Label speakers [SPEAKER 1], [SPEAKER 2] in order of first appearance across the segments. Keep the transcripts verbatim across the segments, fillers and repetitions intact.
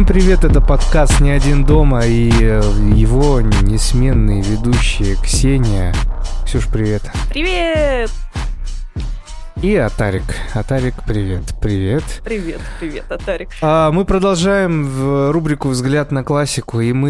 [SPEAKER 1] привет, это подкаст «Не один дома» и его несменные ведущие Ксения. Ксюш, привет.
[SPEAKER 2] Привет!
[SPEAKER 1] И Атарик. Атарик, привет. Привет.
[SPEAKER 2] Привет, привет, Атарик.
[SPEAKER 1] А, мы продолжаем в рубрику «Взгляд на классику», и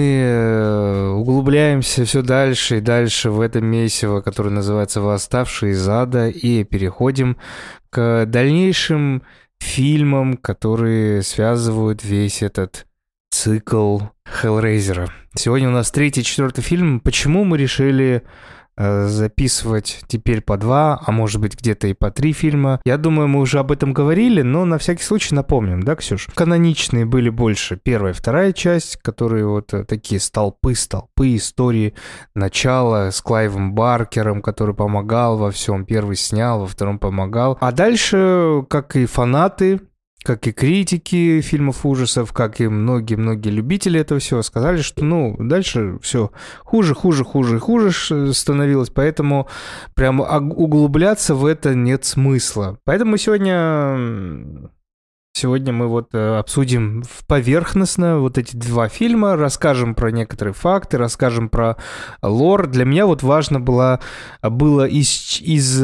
[SPEAKER 1] мы углубляемся все дальше и дальше в это месиво, которое называется «Восставшие из ада», и переходим к дальнейшим фильмам, которые связывают весь этот цикл Хеллрейзера. Сегодня у нас третий, четвертый фильм. Почему мы решили э, записывать теперь по два, а может быть где-то и по три фильма? Я думаю, мы уже об этом говорили, но на всякий случай напомним, да, Ксюш? Каноничные были больше первая и вторая часть, которые вот э, такие столпы, столпы истории начала с Клайвом Баркером, который помогал во всем. Первый снял, во втором помогал. А дальше, как и фанаты, как и критики фильмов ужасов, как и многие-многие любители этого всего сказали, что, ну, дальше все хуже, хуже, хуже и хуже становилось, поэтому прям углубляться в это нет смысла. Поэтому сегодня... Сегодня мы вот обсудим поверхностно вот эти два фильма, расскажем про некоторые факты, расскажем про лор. Для меня вот важно было, было из, из,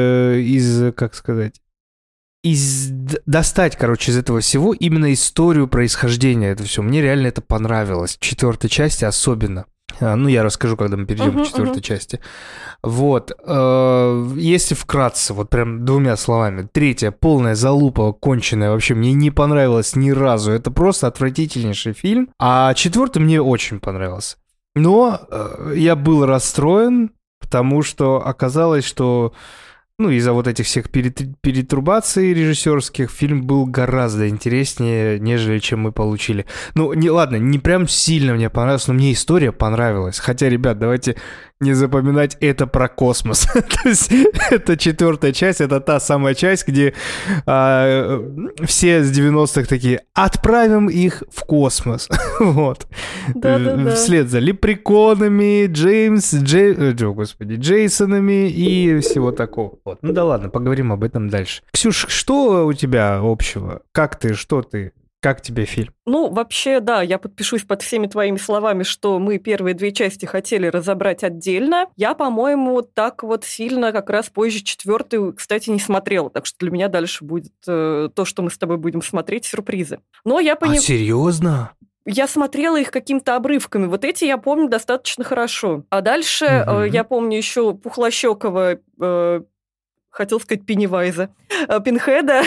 [SPEAKER 1] из, как сказать... Из... достать, короче, из этого всего именно историю происхождения этого всего. Мне реально это понравилось. В четвертой части особенно. А, ну, я расскажу, когда мы перейдем uh-huh, к четвертой uh-huh. части. Вот. Если вкратце, вот прям двумя словами. Третья, полная залупа, конченая. Вообще, мне не понравилось ни разу. Это просто отвратительнейший фильм. А четвертый мне очень понравился. Но я был расстроен, потому что оказалось, что... Ну, из-за вот этих всех перетрубаций режиссерских фильм был гораздо интереснее, нежели чем мы получили. Ну, не, ладно, не прям сильно мне понравилось, но мне история понравилась. Хотя, ребят, давайте не запоминать, это про космос. То есть, это четвертая часть, это та самая часть, где а, все с девяностых такие: отправим их в космос. Вот.
[SPEAKER 2] Да-да-да.
[SPEAKER 1] Вслед за лепреконами, Джеймс, Джей... О, господи, Джейсонами и всего такого. Вот. Ну да ладно, поговорим об этом дальше. Ксюш, что у тебя общего? Как ты, что ты? Как тебе фильм?
[SPEAKER 2] Ну, вообще, да, я подпишусь под всеми твоими словами, что мы первые две части хотели разобрать отдельно. Я, по-моему, так вот сильно как раз позже четвертую, кстати, не смотрела, так что для меня дальше будет э, то, что мы с тобой будем смотреть, сюрпризы. Но я поним...
[SPEAKER 1] А серьезно?
[SPEAKER 2] Я смотрела их какими-то обрывками. Вот эти я помню достаточно хорошо. А дальше
[SPEAKER 1] угу.
[SPEAKER 2] э, я помню еще Пухлощёкова, э, хотел сказать Пеннивайза, э, Пинхеда,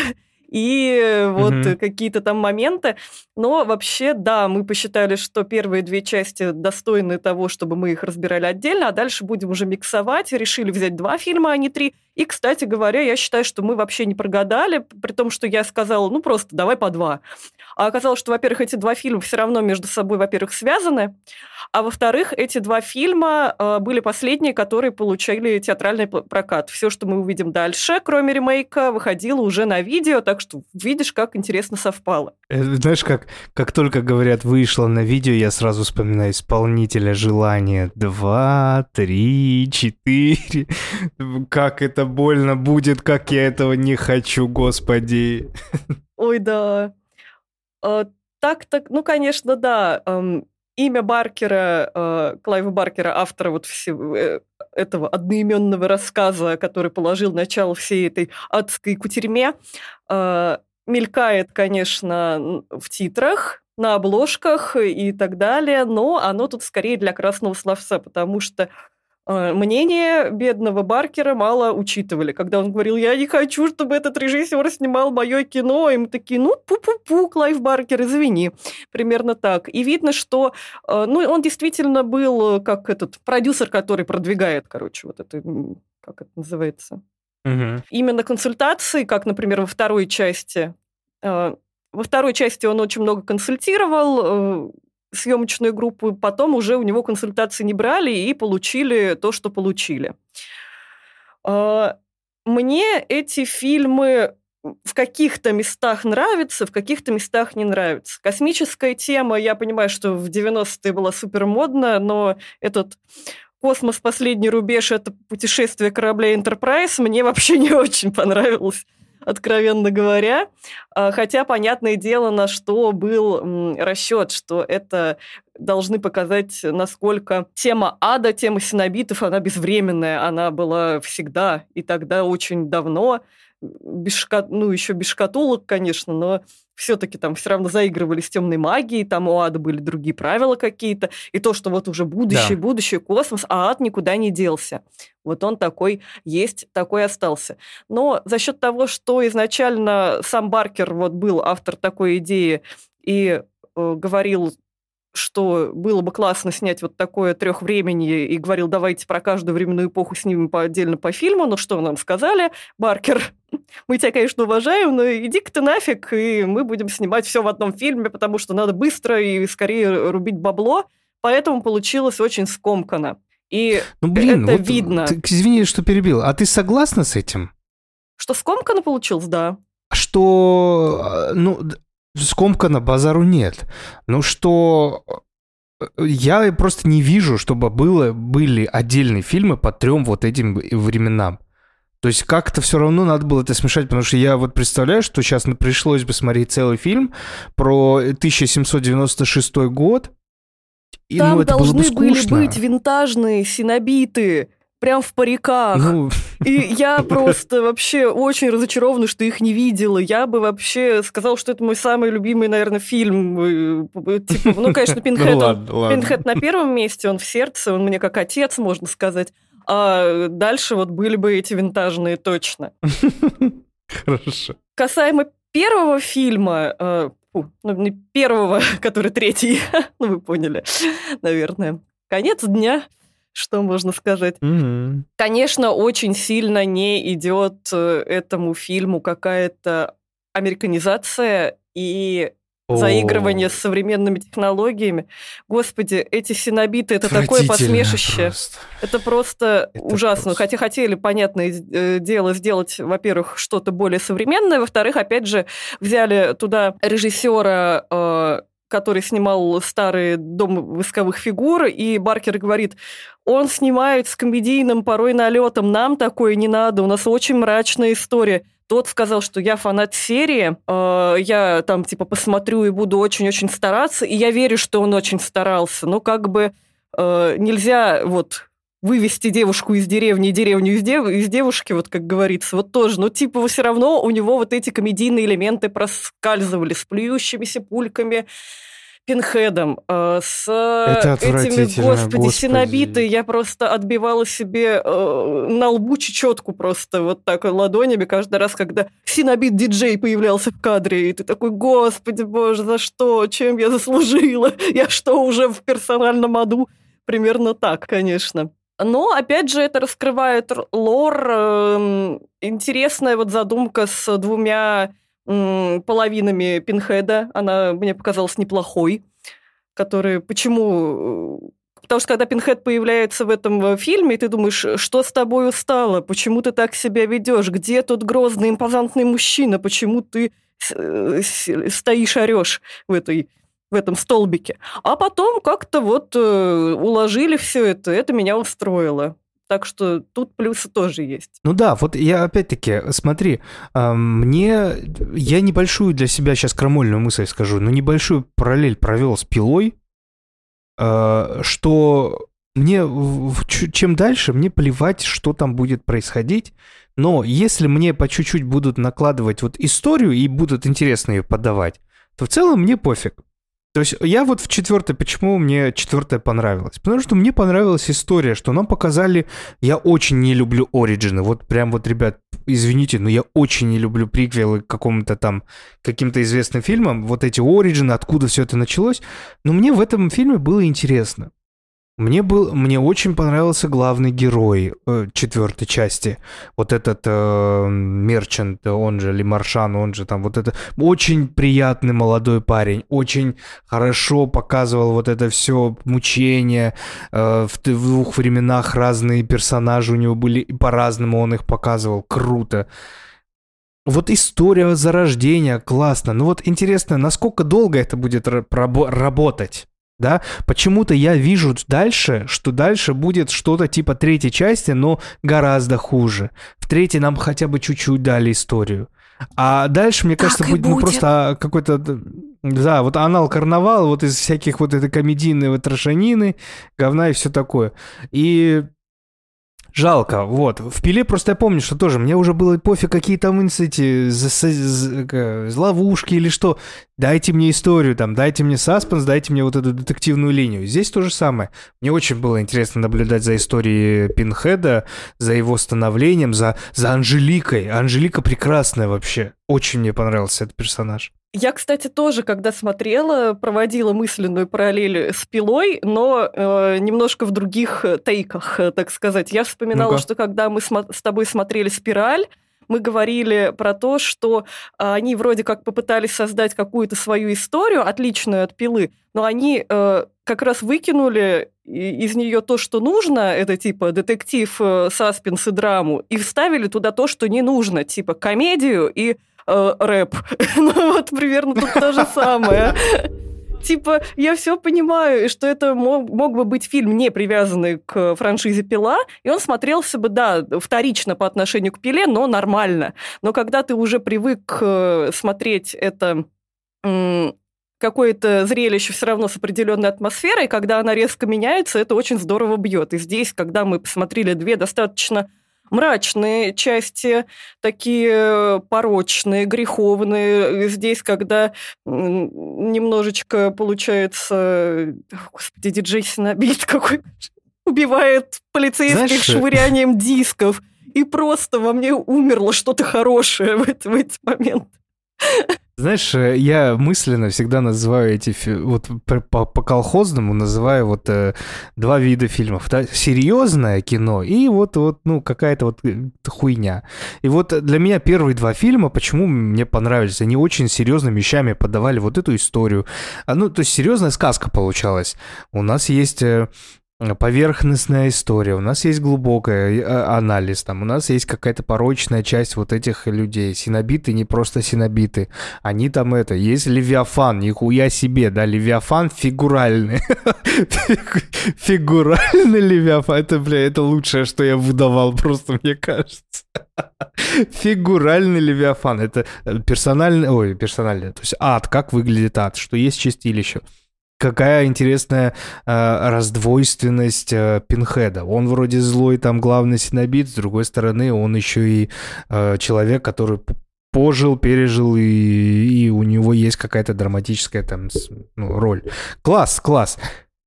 [SPEAKER 2] и вот mm-hmm. какие-то там моменты. Но вообще, да, мы посчитали, что первые две части достойны того, чтобы мы их разбирали отдельно, а дальше будем уже миксовать. Решили взять два фильма, а не три. И, кстати говоря, я считаю, что мы вообще не прогадали, при том, что я сказала, ну, просто давай по два. А оказалось, что, во-первых, эти два фильма все равно между собой, во-первых, связаны, а во-вторых, эти два фильма э, были последние, которые получили театральный прокат. Все, что мы увидим дальше, кроме ремейка, выходило уже на видео, так что видишь, как интересно совпало.
[SPEAKER 1] Знаешь, как, как только говорят «вышло на видео», я сразу вспоминаю исполнителя «Желание». Два, три, четыре. Как это больно будет, как я этого не хочу, господи.
[SPEAKER 2] Ой, да. Так-так, ну, конечно, да. Имя Баркера, э, Клайва Баркера, автора вот всего этого одноименного рассказа, который положил начало всей этой адской кутерьме, э, мелькает, конечно, в титрах, на обложках и так далее, но оно тут скорее для красного словца, потому что э, мнение бедного Баркера мало учитывали. Когда он говорил, я не хочу, чтобы этот режиссер снимал мое кино, и мы такие, ну, пу-пу-пу, Клайв Баркер, извини. Примерно так. И видно, что э, ну, он действительно был как этот продюсер, который продвигает, короче, вот это, как это называется?
[SPEAKER 1] Угу.
[SPEAKER 2] Именно консультации, как, например, во второй части. Э, во второй части он очень много консультировал, э, съемочную группу, потом уже у него консультации не брали и получили то, что получили. Мне эти фильмы в каких-то местах нравятся, в каких-то местах не нравятся. Космическая тема, я понимаю, что в девяностые была супер модна, но этот «Космос. Последний рубеж» — это путешествие корабля Enterprise, мне вообще не очень понравилось. откровенно говоря. Хотя, понятное дело, на что был расчет, что это должны показать, насколько тема ада, тема синобитов, она безвременная, она была всегда и тогда очень давно, без шка... ну, еще без шкатулок, конечно, но все-таки там все равно заигрывали с темной магией, там у ада были другие правила какие-то, и то, что вот уже будущее, да. будущее, космос, а ад никуда не делся. Вот он такой есть, такой остался. Но за счет того, что изначально сам Баркер вот был автор такой идеи и э, говорил, что было бы классно снять вот такое трехвремени, и говорил, давайте про каждую временную эпоху снимем по отдельно по фильму. Ну, что нам сказали? Баркер, мы тебя, конечно, уважаем, но иди-ка ты нафиг, и мы будем снимать все в одном фильме, потому что надо быстро и скорее рубить бабло. Поэтому получилось очень скомканно. И ну, блин, это вот видно.
[SPEAKER 1] Ты, извини, что перебил. А ты согласна с этим?
[SPEAKER 2] Что скомканно получилось, да.
[SPEAKER 1] Что, ну... Скомканно, базару нет. Ну что... Я просто не вижу, чтобы было, были отдельные фильмы по трем вот этим временам. То есть как-то все равно надо было это смешать, потому что я вот представляю, что сейчас пришлось бы смотреть целый фильм про тысяча семьсот девяносто шестой год.
[SPEAKER 2] И, там ну, это должны было бы были быть винтажные синобиты. Прям в париках. Ну... И я просто вообще очень разочарована, что их не видела. Я бы вообще сказала, что это мой самый любимый, наверное, фильм. Типа, ну, конечно, Пинхед, он, Пинхед на первом месте, он в сердце, он мне как отец, можно сказать. А дальше вот были бы эти винтажные точно.
[SPEAKER 1] Хорошо.
[SPEAKER 2] Касаемо первого фильма, ну, не первого, который третий, ну, вы поняли, наверное, конец дня. Что можно сказать? Mm-hmm. Конечно, очень сильно не идет этому фильму какая-то американизация и oh. заигрывание с современными технологиями. Господи, эти синобиты, это такое посмешище. Просто. Это просто это ужасно. Просто. Хотя хотели, понятное дело, сделать, во-первых, что-то более современное, во-вторых, опять же, взяли туда режиссера... Э- который снимал старый «Дом восковых фигур», и Баркер говорит, он снимает с комедийным порой налетом, нам такое не надо, у нас очень мрачная история. Тот сказал, что я фанат серии, э, я там типа посмотрю и буду очень-очень стараться, и я верю, что он очень старался, но как бы э, нельзя вот... вывести девушку из деревни и деревню из, дев... из девушки, вот как говорится, вот тоже. Но типа все равно у него вот эти комедийные элементы проскальзывали с плюющимися пульками, Пинхедом, с этими, господи, господи, синобиты. Я просто отбивала себе э, на лбу чечетку просто вот так ладонями каждый раз, когда синобит-диджей появлялся в кадре, и ты такой, господи, боже, за что? Чем я заслужила? Я что, уже в персональном аду? Примерно так, конечно. Но, опять же, это раскрывает лор. Э, интересная вот задумка с двумя э, половинами Пинхеда. Она мне показалась неплохой. Которые... Почему... Потому что когда Пинхед появляется в этом фильме, ты думаешь, что с тобой стало? Почему ты так себя ведешь? Где тот грозный, импозантный мужчина? Почему ты стоишь, орешь в этой... в этом столбике. А потом как-то вот э, уложили все это, это меня устроило. Так что тут плюсы тоже есть.
[SPEAKER 1] Ну да, вот я опять-таки, смотри, э, мне... Я небольшую для себя сейчас крамольную мысль скажу, но небольшую параллель провел с «Пилой», э, что мне... Чем дальше, мне плевать, что там будет происходить, но если мне по чуть-чуть будут накладывать вот историю и будут интересно ее подавать, то в целом мне пофиг. То есть я вот в четвертой, почему мне четвертая понравилась? Потому что мне понравилась история, что нам показали, я очень не люблю оригины, вот прям вот, ребят, извините, но я очень не люблю приквелы к какому-то там, каким-то известным фильмам, вот эти оригины, откуда все это началось, но мне в этом фильме было интересно. Мне, был, мне очень понравился главный герой э, четвертой части. Вот этот э, Мерчант, он же, или Маршан, он же там вот это... Очень приятный молодой парень. Очень хорошо показывал вот это все мучение. Э, в, в двух временах разные персонажи у него были, и по-разному он их показывал. Круто. Вот история зарождения классно. Но вот интересно, насколько долго это будет рабо- работать? Да, почему-то я вижу дальше, что дальше будет что-то типа третьей части, но гораздо хуже. В третьей нам хотя бы чуть-чуть дали историю. А дальше, мне кажется,
[SPEAKER 2] Так и
[SPEAKER 1] будет, ну,
[SPEAKER 2] будет.
[SPEAKER 1] просто какой-то... Да, вот анал-карнавал, вот из всяких вот этой комедийной вот трошанины, говна и все такое. И... Жалко, вот. В «Пиле» просто я помню, что тоже мне уже было пофиг, какие там эти з- з- з- ловушки или что. Дайте мне историю, там, дайте мне саспенс, дайте мне вот эту детективную линию. Здесь то же самое. Мне очень было интересно наблюдать за историей Пинхеда, за его становлением, за, за Анжеликой. Анжелика прекрасная вообще. Очень мне понравился этот персонаж.
[SPEAKER 2] Я, кстати, тоже, когда смотрела, проводила мысленную параллель с «Пилой», но э, немножко в других тейках, так сказать. Я вспоминала,
[SPEAKER 1] Ну-ка.
[SPEAKER 2] что когда мы смо- с тобой смотрели «Спираль», мы говорили про то, что а, они вроде как попытались создать какую-то свою историю, отличную от «Пилы», но они э, как раз выкинули из нее то, что нужно, это типа детектив, э, саспенс и драму, и вставили туда то, что не нужно, типа комедию и э, рэп. Ну вот примерно тут то же самое. Типа, я все понимаю, и что это мог, мог бы быть фильм, не привязанный к франшизе «Пила», и он смотрелся бы, да, вторично по отношению к «Пиле», но нормально. Но когда ты уже привык э, смотреть это м, какое-то зрелище все равно с определенной атмосферой, когда она резко меняется, это очень здорово бьет. И здесь, когда мы посмотрели две достаточно мрачные части, такие порочные, греховные. Здесь, когда немножечко, получается... Господи, диджей Синобит какой убивает полицейских
[SPEAKER 1] Знаешь,
[SPEAKER 2] швырянием дисков. И просто во мне умерло что-то хорошее в, это, в этот момент.
[SPEAKER 1] Знаешь, я мысленно всегда называю эти... Вот по, по колхозному называю вот э, два вида фильмов. Да? Серьезное кино и вот, вот, ну, какая-то вот хуйня. И вот для меня первые два фильма, почему мне понравились? Они очень серьезными вещами подавали вот эту историю. А, ну, то есть серьезная сказка получалась. У нас есть... Э, поверхностная история, у нас есть глубокий анализ, там, у нас есть какая-то порочная часть вот этих людей. Синобиты не просто синобиты, они там это, есть Левиафан, нихуя себе, да, Левиафан фигуральный. Фигуральный Левиафан, это, бля, это лучшее, что я выдавал, просто мне кажется. Фигуральный Левиафан, это персональный, ой, персональный, то есть ад, как выглядит ад, что есть чистилище. Какая интересная э, раздвойственность э, Пинхеда. Он вроде злой, там главный синобит, с другой стороны, он еще и э, человек, который пожил, пережил, и, и у него есть какая-то драматическая там ну, роль. Класс, класс.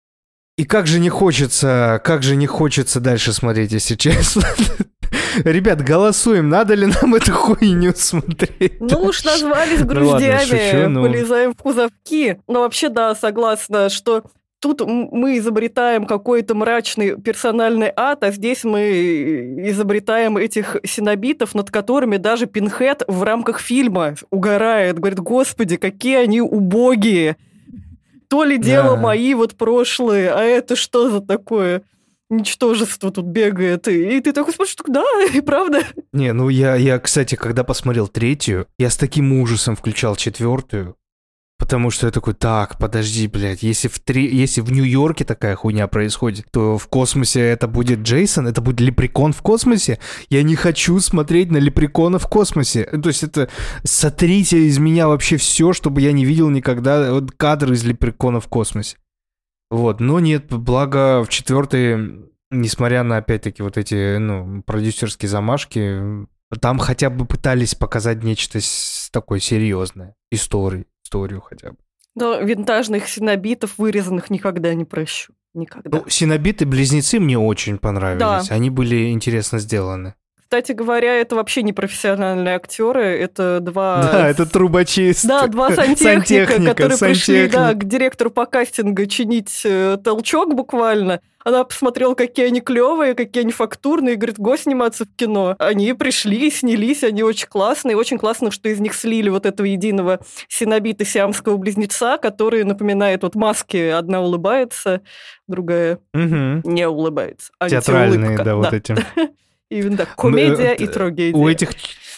[SPEAKER 1] И как же не хочется, как же не хочется дальше смотреть, если честно. Ребят, голосуем, надо ли нам эту хуйню смотреть?
[SPEAKER 2] Ну уж назвались груздями, ну, полезаем в кузовки. Но вообще, да, согласна, что тут мы изобретаем какой-то мрачный персональный ад, а здесь мы изобретаем этих синобитов, над которыми даже Пинхед в рамках фильма угорает. Говорит, господи, какие они убогие. То ли дело да. мои вот прошлые, а это что за такое? Ничтожество тут бегает, и ты такой смотришь, да, и правда.
[SPEAKER 1] Не, ну я, я, кстати, когда посмотрел третью, я с таким ужасом включал четвертую, потому что я такой, так, подожди, блядь, если в, три, если в Нью-Йорке такая хуйня происходит, то в космосе это будет Джейсон, это будет Лепрекон в космосе? Я не хочу смотреть на Лепрекона в космосе. То есть это сотрите из меня вообще все, чтобы я не видел никогда вот, кадры из Лепрекона в космосе. Вот, но нет, благо в четвертой, несмотря на, опять-таки, вот эти, ну, продюсерские замашки, там хотя бы пытались показать нечто такое серьезное, историю, историю хотя бы.
[SPEAKER 2] Но винтажных синобитов, вырезанных, никогда не прощу, никогда.
[SPEAKER 1] Ну, синобиты-близнецы мне очень понравились,
[SPEAKER 2] да.
[SPEAKER 1] Они были интересно сделаны.
[SPEAKER 2] Кстати говоря, это вообще не профессиональные актеры, это два...
[SPEAKER 1] Да, это трубочист.
[SPEAKER 2] Да, два сантехника,
[SPEAKER 1] сантехника
[SPEAKER 2] которые
[SPEAKER 1] сантехник.
[SPEAKER 2] пришли да, к директору по кастингу чинить э, толчок буквально. Она посмотрела, какие они клевые, какие они фактурные, и говорит, го сниматься в кино. Они пришли, снялись, они очень классные. Очень классно, что из них слили вот этого единого синобита сиамского близнеца, который напоминает вот маски. Одна улыбается, другая
[SPEAKER 1] угу.
[SPEAKER 2] не улыбается.
[SPEAKER 1] Театральные, да, да, вот эти.
[SPEAKER 2] Именно так, комедия и трагедия.
[SPEAKER 1] У этих...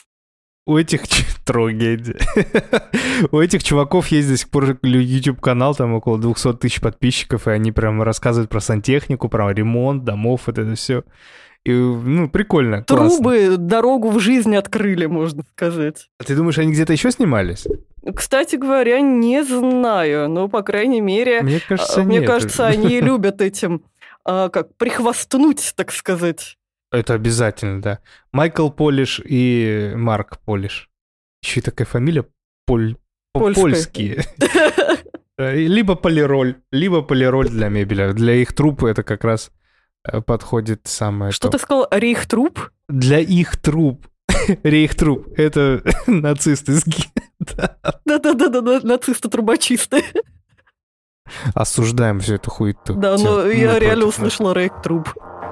[SPEAKER 1] У этих... Трагедия. У этих чуваков есть до сих пор YouTube-канал, там около двести тысяч подписчиков, и они прям рассказывают про сантехнику, про ремонт домов, вот это все. И, ну, прикольно,
[SPEAKER 2] Трубы
[SPEAKER 1] классно.
[SPEAKER 2] дорогу в жизнь открыли, можно сказать.
[SPEAKER 1] А ты думаешь, они где-то еще снимались?
[SPEAKER 2] Кстати говоря, не знаю, но, по крайней мере,
[SPEAKER 1] Мне кажется,
[SPEAKER 2] мне
[SPEAKER 1] нет.
[SPEAKER 2] кажется, они любят этим, как, прихвастнуть, так сказать.
[SPEAKER 1] Это обязательно, да. Майкл Полиш и Марк Полиш. Еще и такая фамилия Поль... Польские. Либо полироль, либо полироль для мебели. Для их труб это как раз подходит самое
[SPEAKER 2] Что
[SPEAKER 1] то.
[SPEAKER 2] ты сказал? Рейхтруб?
[SPEAKER 1] Для их труб. Рейхтруб. Это нацисты с гетто.
[SPEAKER 2] Да-да-да, нацисты-трубочисты.
[SPEAKER 1] Осуждаем всю эту хуету.
[SPEAKER 2] Да, но я реально услышала рейхтруб.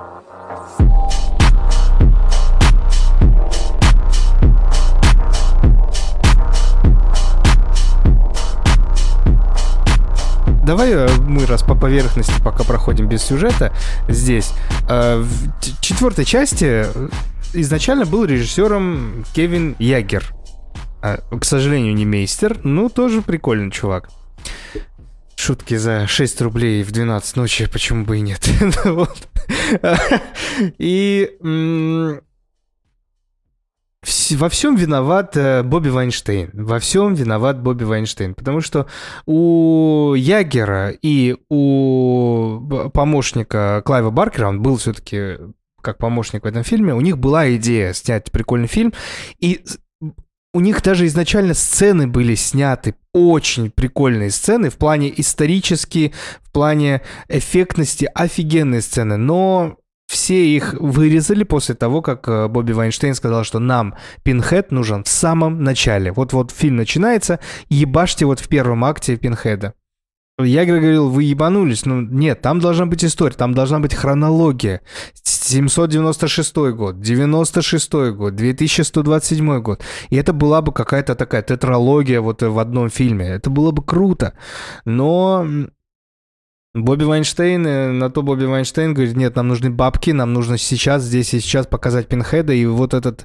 [SPEAKER 1] Давай мы раз по поверхности пока проходим без сюжета здесь. В четвертой части изначально был режиссером Кевин Ягер. К сожалению, не Мейстер, но тоже прикольный чувак. Шутки за шесть рублей в двенадцать ночи, почему бы и нет. И во всем виноват Бобби Вайнштейн. Во всем виноват Бобби Вайнштейн. Потому что у Ягера и у помощника Клайва Баркера, он был все-таки как помощник в этом фильме, у них была идея снять прикольный фильм. И у них даже изначально сцены были сняты, очень прикольные сцены, в плане исторически, в плане эффектности, офигенные сцены. Но все их вырезали после того, как Бобби Вайнштейн сказал, что нам Пинхед нужен в самом начале. Вот-вот фильм начинается, ебашьте вот в первом акте Пинхеда. Я говорил, вы ебанулись. Ну, нет, там должна быть история, там должна быть хронология. семьсот девяносто шестой год, девяносто шестой год, две тысячи сто двадцать седьмой год. И это была бы какая-то такая тетралогия вот в одном фильме. Это было бы круто. Но Бобби Вайнштейн, на то Бобби Вайнштейн говорит, нет, нам нужны бабки, нам нужно сейчас, здесь и сейчас показать Пинхеда, и вот этот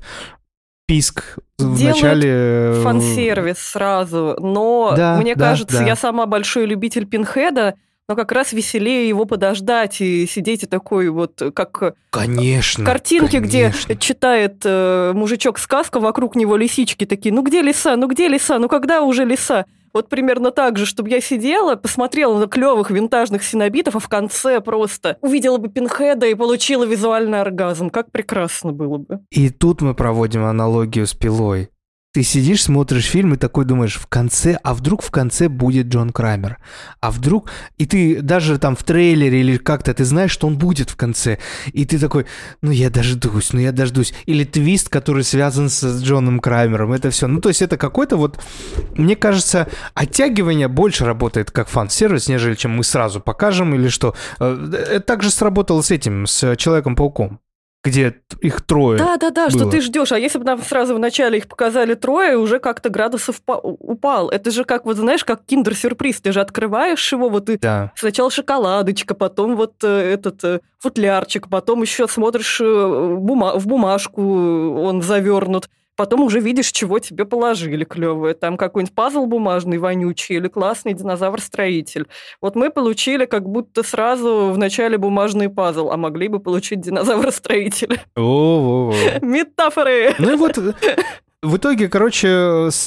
[SPEAKER 1] писк в
[SPEAKER 2] Делают
[SPEAKER 1] начале...
[SPEAKER 2] фан-сервис сразу, но
[SPEAKER 1] да,
[SPEAKER 2] мне
[SPEAKER 1] да,
[SPEAKER 2] кажется,
[SPEAKER 1] да.
[SPEAKER 2] я сама большой любитель Пинхеда, но как раз веселее его подождать и сидеть и такой вот, как
[SPEAKER 1] конечно,
[SPEAKER 2] картинки,
[SPEAKER 1] конечно.
[SPEAKER 2] где читает э, мужичок сказку, вокруг него лисички такие, ну где лиса, ну где лиса, ну когда уже лиса? Вот примерно так же, чтобы я сидела, посмотрела на клевых винтажных синобитов, а в конце просто увидела бы Пинхеда и получила визуальный оргазм. Как прекрасно было бы.
[SPEAKER 1] И тут мы проводим аналогию с «Пилой». Ты сидишь, смотришь фильм и такой думаешь, в конце, а вдруг в конце будет Джон Крамер? А вдруг... И ты даже там в трейлере или как-то, ты знаешь, что он будет в конце. И ты такой, ну я дождусь, ну я дождусь. Или твист, который связан с Джоном Крамером. Это все. Ну то есть это какой-то вот... Мне кажется, оттягивание больше работает как фан-сервис, нежели чем мы сразу покажем или что. Это также сработало с этим, с Человеком-пауком, где их трое.
[SPEAKER 2] Да-да-да, что ты ждешь. А если бы нам сразу вначале их показали трое, уже как-то градусов упал. Это же как, вот знаешь, как киндер-сюрприз. Ты же открываешь его, вот и
[SPEAKER 1] да.
[SPEAKER 2] Сначала шоколадочка, потом вот этот футлярчик, потом еще смотришь бума- в бумажку, он завернут. Потом уже видишь, чего тебе положили клевое. Там какой-нибудь пазл бумажный, вонючий, или классный динозавр-строитель. Вот мы получили как будто сразу в начале бумажный пазл, а могли бы получить динозавра-строителя.
[SPEAKER 1] О-о-о.
[SPEAKER 2] Метафоры!
[SPEAKER 1] Ну и вот... В итоге, короче, с...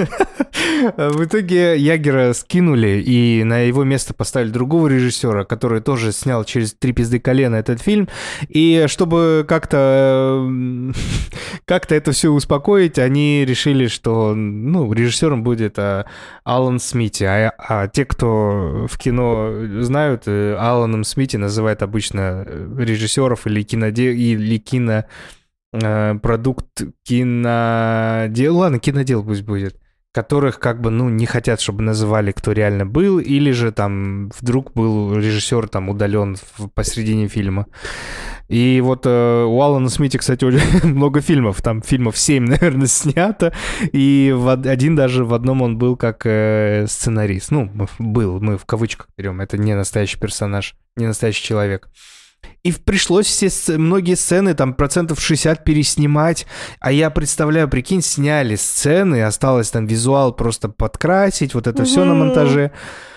[SPEAKER 1] в итоге Ягера скинули и на его место поставили другого режиссера, который тоже снял через три пизды колена этот фильм. И чтобы как-то как-то это все успокоить, они решили, что ну, режиссером будет а, Алан Смити. А, а те, кто в кино знают, Аланом Смити называют обычно режиссеров или киноде... или кино... продукт кинодел, ладно, кинодел пусть будет, которых как бы, ну, не хотят, чтобы называли, кто реально был, или же там вдруг был режиссер там удален в, посредине фильма. И вот э, у Алана Смити, кстати, очень много фильмов, там фильмов семь, наверное, снято, и в, один даже в одном он был как э, сценарист. Ну, был, мы в кавычках берем, это не настоящий персонаж, не настоящий человек. И пришлось все многие сцены, там, процентов шестьдесят переснимать. А я представляю, прикинь, сняли сцены, осталось там визуал просто подкрасить, вот это mm-hmm. все на монтаже.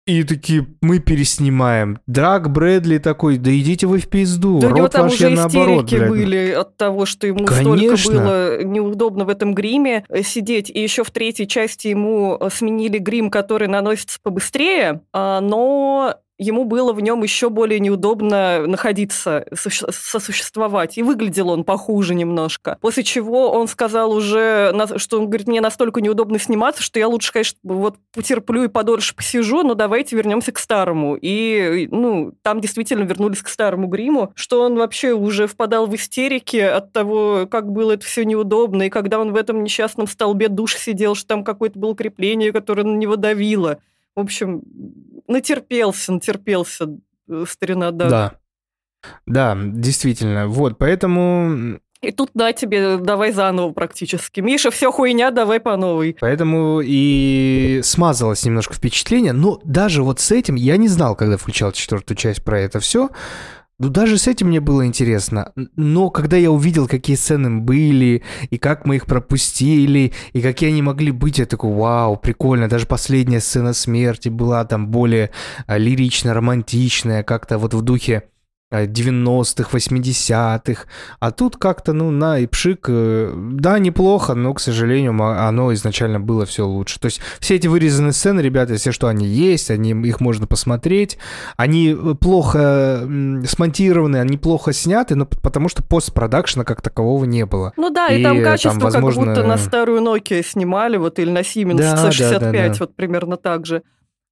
[SPEAKER 1] И такие, мы переснимаем. Драг Брэдли такой, да идите вы в пизду.
[SPEAKER 2] Да у него
[SPEAKER 1] Рот
[SPEAKER 2] там
[SPEAKER 1] ваш
[SPEAKER 2] уже
[SPEAKER 1] я наоборот,
[SPEAKER 2] истерики
[SPEAKER 1] блядь.
[SPEAKER 2] были от того, что ему
[SPEAKER 1] Конечно.
[SPEAKER 2] столько было неудобно в этом гриме сидеть. И еще в третьей части ему сменили грим, который наносится побыстрее, а, но ему было в нем еще более неудобно находиться, сосуществовать. И выглядел он похуже немножко. После чего он сказал уже, что он говорит, мне настолько неудобно сниматься, что я лучше, конечно, вот потерплю и подольше посижу, но давайте вернемся к старому. И, ну, там действительно вернулись к старому гриму, что он вообще уже впадал в истерики от того, как было это все неудобно, и когда он в этом несчастном столбе душ сидел, что там какое-то было крепление, которое на него давило. В общем, натерпелся, натерпелся старина Даг.
[SPEAKER 1] Да, да, действительно. Вот, поэтому...
[SPEAKER 2] И тут, да, тебе давай заново практически. Миша, все хуйня, давай по новой.
[SPEAKER 1] Поэтому и смазалось немножко впечатление. Но даже вот с этим я не знал, когда включал четвертую часть про это все. Ну, даже с этим мне было интересно. Но когда я увидел, какие сцены были, и как мы их пропустили, и какие они могли быть, я такой, вау, прикольно. Даже последняя сцена смерти была там более лирично, романтичная, как-то вот в духе девяностых, восьмидесятых, а тут как-то, ну, на и пшик, да, неплохо, но, к сожалению, оно изначально было все лучше. То есть все эти вырезанные сцены, ребята, если что, они есть, они, их можно посмотреть, они плохо смонтированы, они плохо сняты, но потому что постпродакшена как такового не было.
[SPEAKER 2] Ну да, и, и там качество там, возможно... как будто на старую Nokia снимали, вот, или на Siemens да, си шестьдесят пять, да, да, да. Вот примерно так же.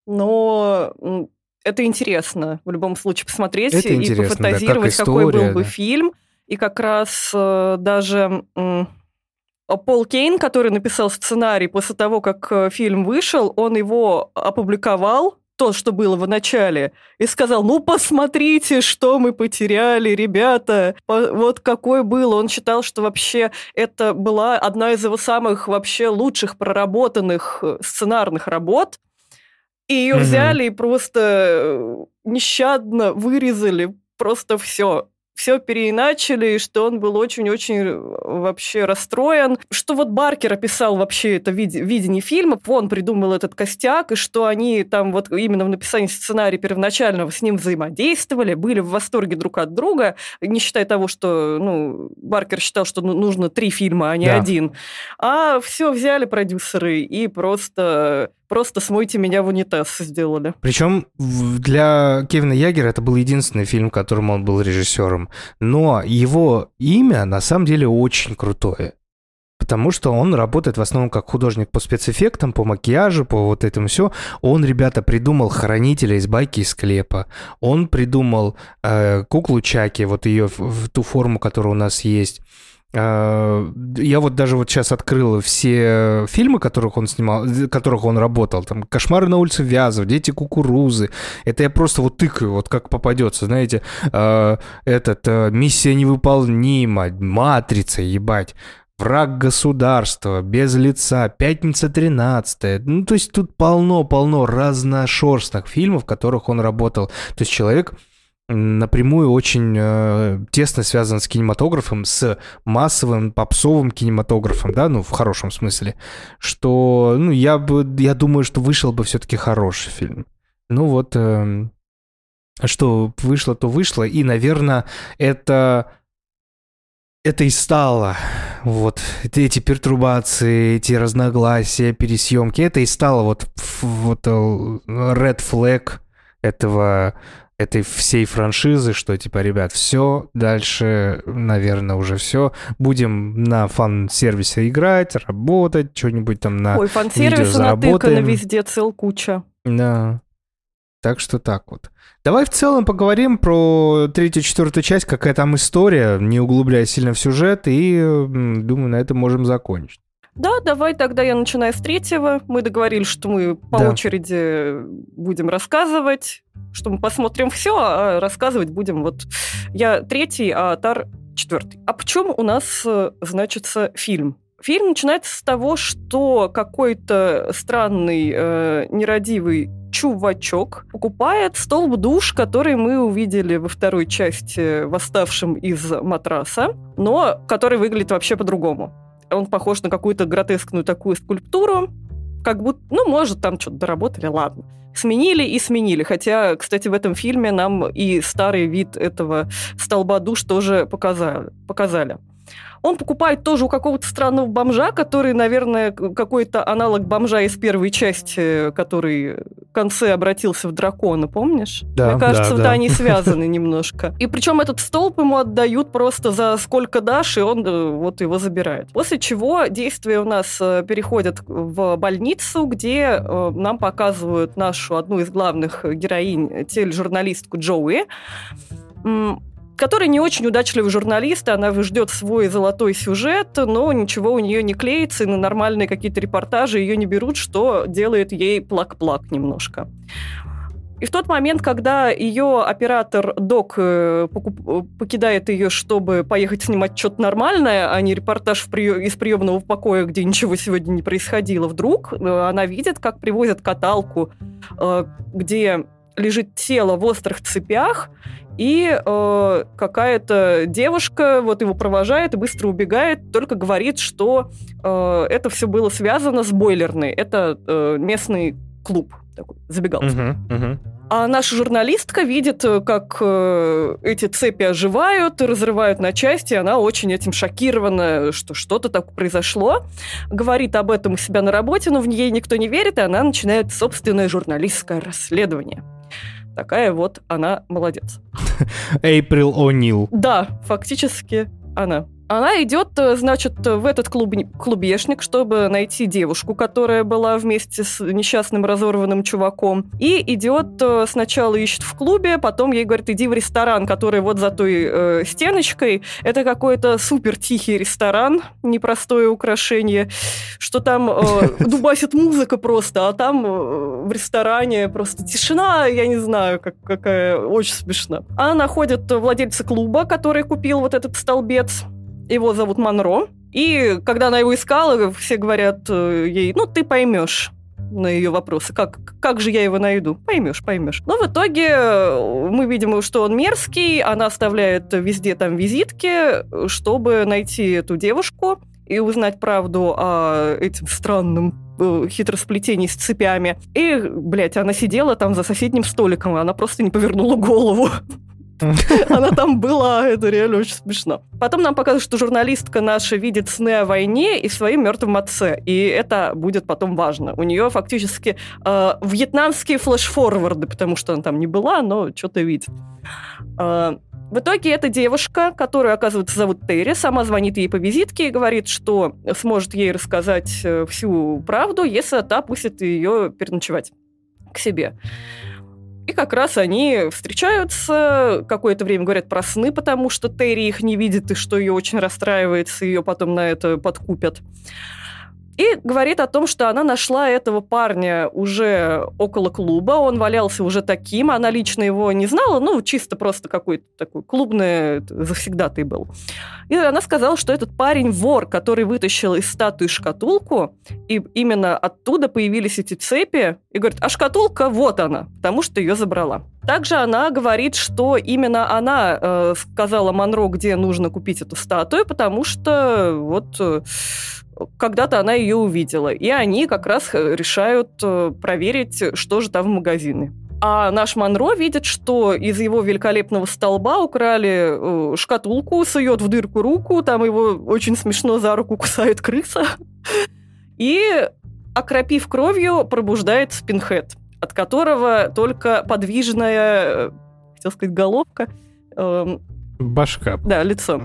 [SPEAKER 2] Но... Это интересно, в любом случае, посмотреть это и пофантазировать, да, какой был бы да. фильм. И как раз э, даже э, Пол Кейн, который написал сценарий, после того, как фильм вышел, он его опубликовал, то, что было в начале, и сказал, ну, посмотрите, что мы потеряли, ребята, вот какой был. Он считал, что вообще это была одна из его самых вообще лучших проработанных сценарных работ. И ее mm-hmm. взяли и просто нещадно вырезали просто все. Все переиначили, и что он был очень-очень вообще расстроен. Что вот Баркер описал вообще это вид- видение фильма, он придумал этот костяк, и что они там вот именно в написании сценария первоначального с ним взаимодействовали, были в восторге друг от друга, не считая того, что ну, Баркер считал, что нужно три фильма, а не да. один. А все взяли продюсеры и просто... Просто «Смойте меня в унитаз» сделали.
[SPEAKER 1] Причем для Кевина Ягера это был единственный фильм, в котором он был режиссером. Но его имя на самом деле очень крутое. Потому что он работает в основном как художник по спецэффектам, по макияжу, по вот этому все. Он, ребята, придумал «Хранителя» из «Байки из склепа». Он придумал э, куклу Чаки, вот ее в, в ту форму, которая у нас есть. Я вот даже вот сейчас открыл все фильмы, которых он снимал, которых он работал. Там «Кошмары на улице Вязов», «Дети кукурузы». Это я просто вот тыкаю, вот как попадется, знаете. Этот «Миссия невыполнима», «Матрица», ебать. «Враг государства», «Без лица», «Пятница тринадцатая». Ну, то есть тут полно-полно разношерстных фильмов, в которых он работал. То есть человек... напрямую очень э, тесно связан с кинематографом, с массовым попсовым кинематографом, да, ну, в хорошем смысле, что, ну, я бы, я думаю, что вышел бы все-таки хороший фильм. Ну, вот, э, что вышло, то вышло, и, наверное, это... Это и стало, вот, эти пертурбации, эти разногласия, пересъемки, это и стало вот, вот red flag этого... этой всей франшизы, что, типа, ребят, все, дальше, наверное, уже все. Будем на фан-сервисе играть, работать, что-нибудь там на
[SPEAKER 2] Ой, фан-сервиса натыкано везде, цел куча.
[SPEAKER 1] Да. Так что так вот. Давай в целом поговорим про третью, четвертую часть, какая там история, не углубляя сильно в сюжет, и, думаю, на этом можем закончить.
[SPEAKER 2] Да, давай тогда я начинаю с третьего. Мы договорились, что мы по да. очереди будем рассказывать, что мы посмотрим все, а рассказывать будем вот я третий, а Тар четвертый. А почему у нас значится фильм? Фильм начинается с того, что какой-то странный э, нерадивый чувачок покупает столб душ, который мы увидели во второй части «Восставшим из матраса», но который выглядит вообще по-другому. Он похож на какую-то гротескную такую скульптуру, как будто, ну, может, там что-то доработали, ладно. Сменили и сменили. Хотя, кстати, в этом фильме нам и старый вид этого столба душ тоже показали. показали. Он покупает тоже у какого-то странного бомжа, который, наверное, какой-то аналог бомжа из первой части, который в конце обратился в дракона, помнишь?
[SPEAKER 1] Да,
[SPEAKER 2] Мне кажется,
[SPEAKER 1] да,
[SPEAKER 2] да,
[SPEAKER 1] да.
[SPEAKER 2] они связаны немножко. И причем этот столб ему отдают просто за сколько дашь, и он вот его забирает. После чего действия у нас переходят в больницу, где нам показывают нашу одну из главных героинь, тележурналистку Джоуи, которая не очень удачливый журналист, она ждет свой золотой сюжет, но ничего у нее не клеится, и на нормальные какие-то репортажи ее не берут, что делает ей плак-плак немножко. И в тот момент, когда ее оператор Док покуп... покидает ее, чтобы поехать снимать что-то нормальное, а не репортаж в прием... из приемного покоя, где ничего сегодня не происходило, вдруг она видит, как привозят каталку, где лежит тело в острых цепях, и э, какая-то девушка вот его провожает и быстро убегает, только говорит, что э, это все было связано с бойлерной. Это э, местный клуб, такой, забегалка.
[SPEAKER 1] Uh-huh, uh-huh.
[SPEAKER 2] А наша журналистка видит, как э, эти цепи оживают, разрывают на части, и она очень этим шокирована, что что-то так произошло. Говорит об этом у себя на работе, но в ней никто не верит, и она начинает собственное журналистское расследование. Такая вот она молодец.
[SPEAKER 1] Эйприл О'Нил.
[SPEAKER 2] Да, фактически она. Она идет, значит, в этот клуб, клубешник, чтобы найти девушку, которая была вместе с несчастным разорванным чуваком. И идет, сначала ищет в клубе, потом ей говорит, иди в ресторан, который вот за той э, стеночкой. Это какой-то супер тихий ресторан, непростое украшение, что там э, дубасит музыка просто, а там э, в ресторане просто тишина, я не знаю, как, какая, очень смешно. Она находит владельца клуба, который купил вот этот столбец. Его зовут Монро. И когда она его искала, все говорят ей, ну, ты поймешь на ее вопросы, как, как же я его найду? Поймешь, поймешь. Но в итоге мы видим, что он мерзкий, она оставляет везде там визитки, чтобы найти эту девушку и узнать правду о этим странном хитросплетении с цепями. И, блядь, она сидела там за соседним столиком, и она просто не повернула голову. Она там была, это реально очень смешно. Потом нам показывают, что журналистка наша видит сны о войне и своем мертвом отце, и это будет потом важно. У нее фактически э, вьетнамские флэш-форварды, потому что она там не была, но что-то видит. Э, в итоге эта девушка, которую, оказывается, зовут Терри, сама звонит ей по визитке и говорит, что сможет ей рассказать всю правду, если та пустит ее переночевать к себе. И как раз они встречаются, какое-то время говорят про сны, потому что Терри их не видит, и что ее очень расстраивается, ее потом на это подкупят. И говорит о том, что она нашла этого парня уже около клуба, он валялся уже таким, она лично его не знала, ну, чисто просто какой-то такой клубный завсегдатый был. И она сказала, что этот парень вор, который вытащил из статуи шкатулку, и именно оттуда появились эти цепи, и говорит, а шкатулка вот она, потому что ее забрала. Также она говорит, что именно она э, сказала Монро, где нужно купить эту статую, потому что вот... Э, когда-то она ее увидела, и они как раз решают проверить, что же там в магазине. А наш Монро видит, что из его великолепного столба украли шкатулку, сует в дырку руку, там его очень смешно за руку кусает крыса, и, окропив кровью, пробуждается Пинхед, от которого только подвижная, хотел сказать, головка... Эм,
[SPEAKER 1] Башка.
[SPEAKER 2] Да, лицо.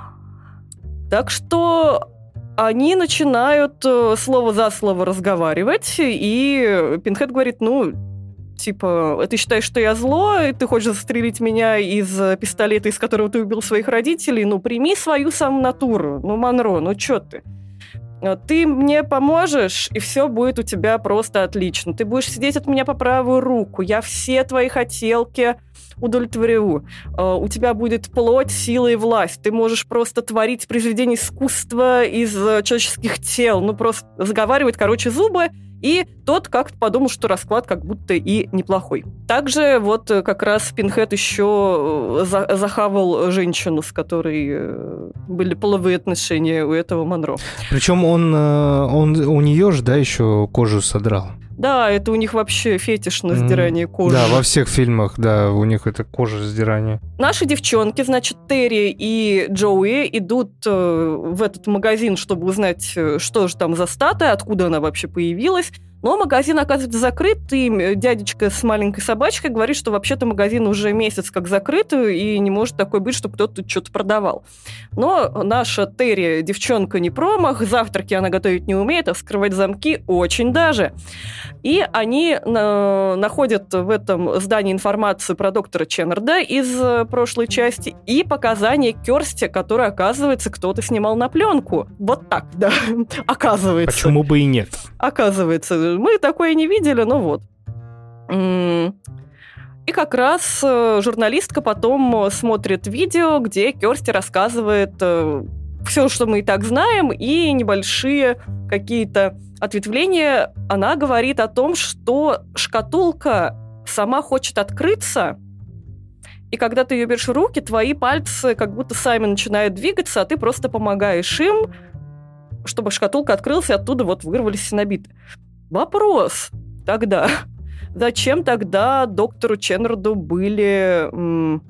[SPEAKER 2] Так что... Они начинают э, слово за слово разговаривать, и Пинхед говорит, ну, типа, ты считаешь, что я зло, и ты хочешь застрелить меня из пистолета, из которого ты убил своих родителей, ну, прими свою саму натуру, ну, Монро, ну, чё ты? Ты мне поможешь, и все будет у тебя просто отлично. Ты будешь сидеть от меня по правую руку, я все твои хотелки удовлетворю. У тебя будет плоть, сила и власть. Ты можешь просто творить произведения искусства из человеческих тел. Ну, просто заговаривать, короче, зубы. И тот как-то подумал, что расклад как будто и неплохой. Также вот как раз Пинхед еще за- захавал женщину, с которой были половые отношения у этого Монро.
[SPEAKER 1] Причем он, он у нее же, да, еще кожу содрал.
[SPEAKER 2] Да, это у них вообще фетиш на сдирание mm. кожи.
[SPEAKER 1] Да, во всех фильмах, да, у них это кожа сдирание.
[SPEAKER 2] Наши девчонки, значит, Терри и Джоуи идут э, в этот магазин, чтобы узнать, что же там за статуя, откуда она вообще появилась. Но магазин оказывается закрыт, и дядечка с маленькой собачкой говорит, что вообще-то магазин уже месяц как закрыт, и не может такое быть, чтобы кто-то тут что-то продавал. Но наша Терри девчонка не промах, завтраки она готовить не умеет, а вскрывать замки очень даже. И они на- находят в этом здании информацию про доктора Ченнарда из прошлой части и показания Керсти, который, оказывается, кто-то снимал на пленку. Вот так, да, оказывается.
[SPEAKER 1] Почему бы и нет?
[SPEAKER 2] Оказывается. Мы такое не видели, но вот. И как раз журналистка потом смотрит видео, где Керсти рассказывает все, что мы и так знаем, и небольшие какие-то ответвления. Она говорит о том, что шкатулка сама хочет открыться, и когда ты ее берешь в руки, твои пальцы как будто сами начинают двигаться, а ты просто помогаешь им, чтобы шкатулка открылась, и оттуда вот вырвались синобиты. Вопрос тогда. Зачем тогда доктору Ченнарду были м,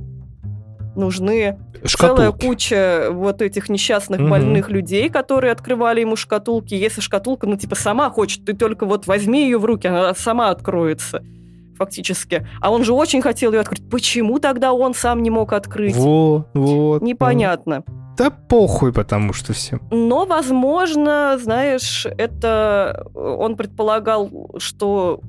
[SPEAKER 2] нужны шкатулки? Целая куча вот этих несчастных угу. больных людей, которые открывали ему шкатулки? Если шкатулка, ну, типа, сама хочет, ты только вот возьми ее в руки, она сама откроется. Фактически. А он же очень хотел ее открыть. Почему тогда он сам не мог открыть?
[SPEAKER 1] Вот, вот.
[SPEAKER 2] Непонятно.
[SPEAKER 1] Да похуй, потому что всем.
[SPEAKER 2] Но, возможно, знаешь, это он предполагал, что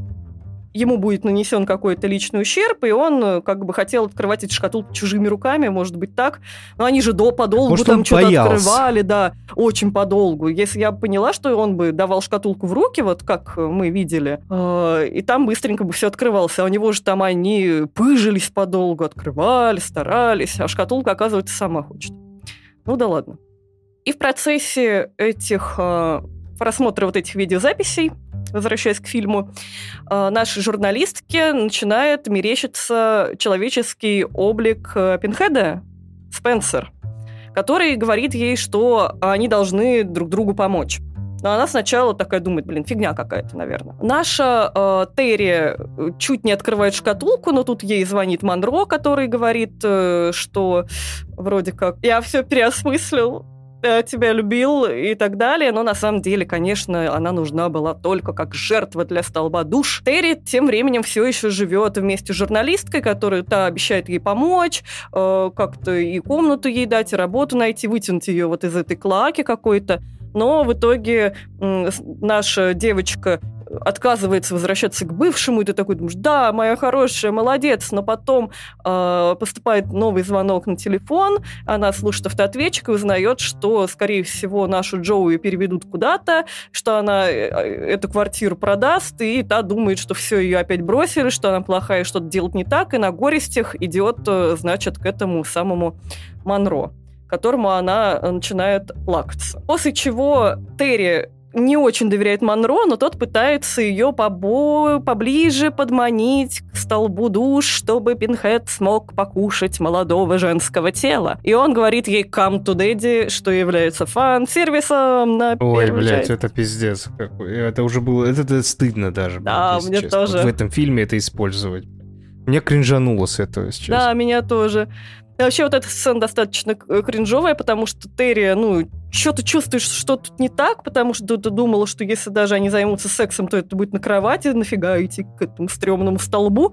[SPEAKER 2] ему будет нанесен какой-то личный ущерб, и он как бы хотел открывать эти шкатулки чужими руками, может быть так. Но они же до подолгу
[SPEAKER 1] может,
[SPEAKER 2] там что-то
[SPEAKER 1] боялся.
[SPEAKER 2] открывали, да, очень подолгу. Если я бы поняла, что он бы давал шкатулку в руки, вот как мы видели, э, и там быстренько бы все открывалось, а у него же там они пыжились подолгу, открывали, старались, а шкатулка, оказывается, сама хочет. Ну да ладно. И в процессе этих э, просмотра вот этих видеозаписей, возвращаясь к фильму, э, нашей журналистке начинает мерещиться человеческий облик э, Пинхеда, Спенсер, который говорит ей, что они должны друг другу помочь. Но она сначала такая думает, блин, фигня какая-то, наверное. Наша э, Терри чуть не открывает шкатулку, но тут ей звонит Монро, который говорит, э, что вроде как я все переосмыслил, я тебя любил и так далее. Но на самом деле, конечно, она нужна была только как жертва для столба душ. Терри тем временем все еще живет вместе с журналисткой, которая та обещает ей помочь, э, как-то и комнату ей дать, и работу найти, вытянуть ее вот из этой клоаки какой-то. Но в итоге м, наша девочка отказывается возвращаться к бывшему, и ты такой думаешь, да, моя хорошая, молодец, но потом э, поступает новый звонок на телефон, она слушает автоответчик и узнает, что, скорее всего, нашу Джоуи переведут куда-то, что она эту квартиру продаст, и та думает, что все, ее опять бросили, что она плохая, что-то делать не так, и на горестях идет, значит, к этому самому Монро, которому она начинает плакаться. После чего Терри не очень доверяет Монро, но тот пытается ее побо... поближе подманить к столбу душ, чтобы Пинхед смог покушать молодого женского тела. И он говорит ей «come to daddy», что является фан-сервисом на первую часть.
[SPEAKER 1] Ой, блядь, это пиздец какой. Это уже было... Это, это стыдно даже.
[SPEAKER 2] Да,
[SPEAKER 1] было,
[SPEAKER 2] мне
[SPEAKER 1] честно.
[SPEAKER 2] тоже.
[SPEAKER 1] В этом фильме это использовать. Мне кринжануло с этого, если честно.
[SPEAKER 2] Да, меня тоже. И вообще вот эта сцена достаточно кринжовая, потому что Терри, ну, что-то чувствуешь, что тут не так, потому что ты думала, что если даже они займутся сексом, то это будет на кровати, нафига идти к этому стрёмному столбу.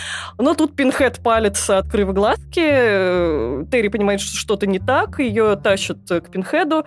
[SPEAKER 2] Но тут Пинхед палится, открыв глазки, Терри понимает, что что-то не так, ее тащат к Пинхеду,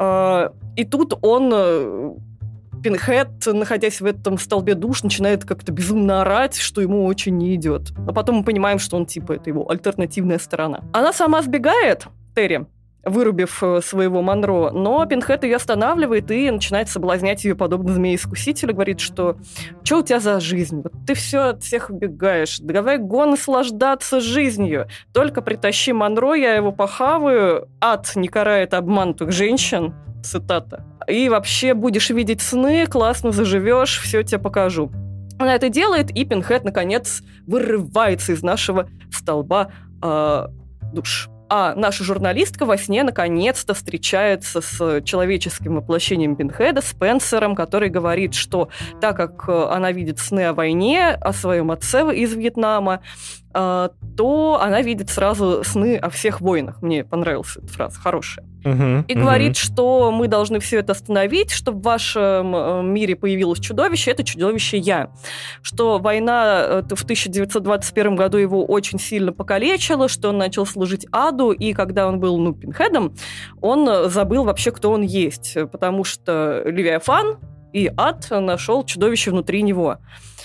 [SPEAKER 2] и тут он... Пинхед, находясь в этом столбе душ, начинает как-то безумно орать, что ему очень не идет. Но потом мы понимаем, что он типа это его альтернативная сторона. Она сама сбегает, Терри, вырубив своего Монро. Но Пинхед ее останавливает и начинает соблазнять ее подобно змеи-искусителю. Говорит, что что у тебя за жизнь? Вот ты все от всех убегаешь. Давай го наслаждаться жизнью. Только притащи Монро, я его похаваю. Ад не карает обманутых женщин. Цитата. И вообще будешь видеть сны, классно заживешь, все тебе покажу. Она это делает, и Пинхед, наконец, вырывается из нашего столба э, душ. А наша журналистка во сне наконец-то встречается с человеческим воплощением Пинхеда, Спенсером, который говорит, что так как она видит сны о войне, о своем отце из Вьетнама, то она видит сразу сны о всех войнах. Мне понравилась эта фраза, хорошая. Uh-huh, и uh-huh. говорит, что мы должны все это остановить, что в вашем мире появилось чудовище, это чудовище я. Что война в тысяча девятьсот двадцать первом году его очень сильно покалечила, что он начал служить аду, и когда он был, ну, Пинхедом, он забыл вообще, кто он есть, потому что Левиафан и ад нашел чудовище внутри него.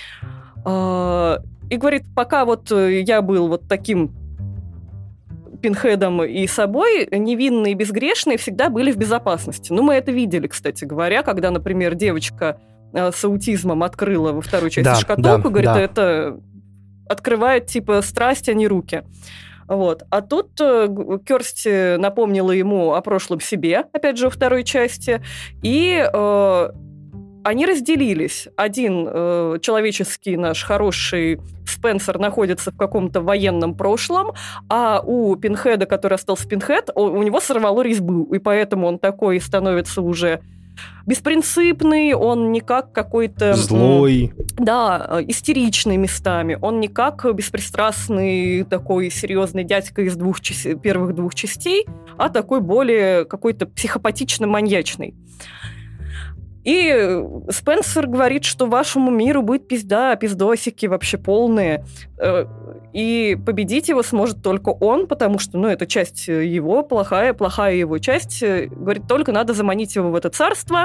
[SPEAKER 2] И говорит, пока вот я был вот таким Пинхедом и собой, невинные и безгрешные всегда были в безопасности. Ну, мы это видели, кстати говоря, когда, например, девочка с аутизмом открыла во второй части да, шкатулку, да, говорит, да. это открывает, типа, страсть, а не руки. Вот. А тут Кёрсти напомнила ему о прошлом себе, опять же, во второй части, и... Э, Они разделились. Один э, человеческий наш хороший Спенсер находится в каком-то военном прошлом, а у Пинхеда, который остался Пинхед, у, у него сорвало резьбу, и поэтому он такой становится уже беспринципный, он не как какой-то...
[SPEAKER 1] Злой.
[SPEAKER 2] Да, истеричный местами. Он не как беспристрастный такой серьезный дядька из двух, первых двух частей, а такой более какой-то психопатично-маньячный. И Спенсер говорит, что вашему миру будет пизда, пиздосики вообще полные. И победить его сможет только он, потому что, ну, это часть его, плохая, плохая его часть. Говорит, только надо заманить его в это царство,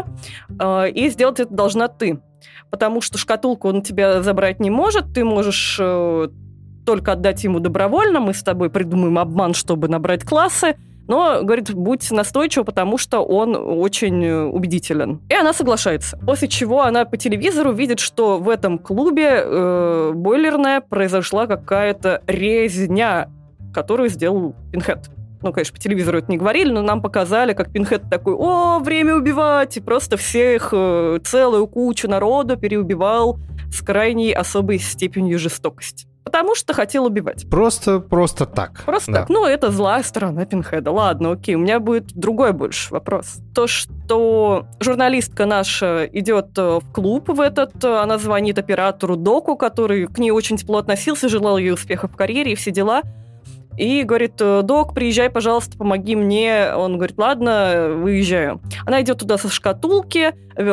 [SPEAKER 2] и сделать это должна ты. Потому что шкатулку он тебя забрать не может, ты можешь только отдать ему добровольно, мы с тобой придумаем обман, чтобы набрать классы, но, говорит, будь настойчива, потому что он очень убедителен. И она соглашается. После чего она по телевизору видит, что в этом клубе э, бойлерная произошла какая-то резня, которую сделал Пинхед. Ну, конечно, по телевизору это не говорили, но нам показали, как Пинхед такой: «О, время убивать!» И просто всех, э, целую кучу народу переубивал с крайней особой степенью жестокости. Потому что хотел убивать.
[SPEAKER 1] Просто, просто так.
[SPEAKER 2] Просто
[SPEAKER 1] да.
[SPEAKER 2] так. Ну, это злая сторона Пинхеда. Ладно, окей. У меня будет другой больше вопрос. То, что журналистка наша идет в клуб в этот, она звонит оператору Доку, который к ней очень тепло относился, желал ей успехов в карьере и все дела. И говорит: «Док, приезжай, пожалуйста, помоги мне». Он говорит: «Ладно, выезжаю». Она идет туда со шкатулки,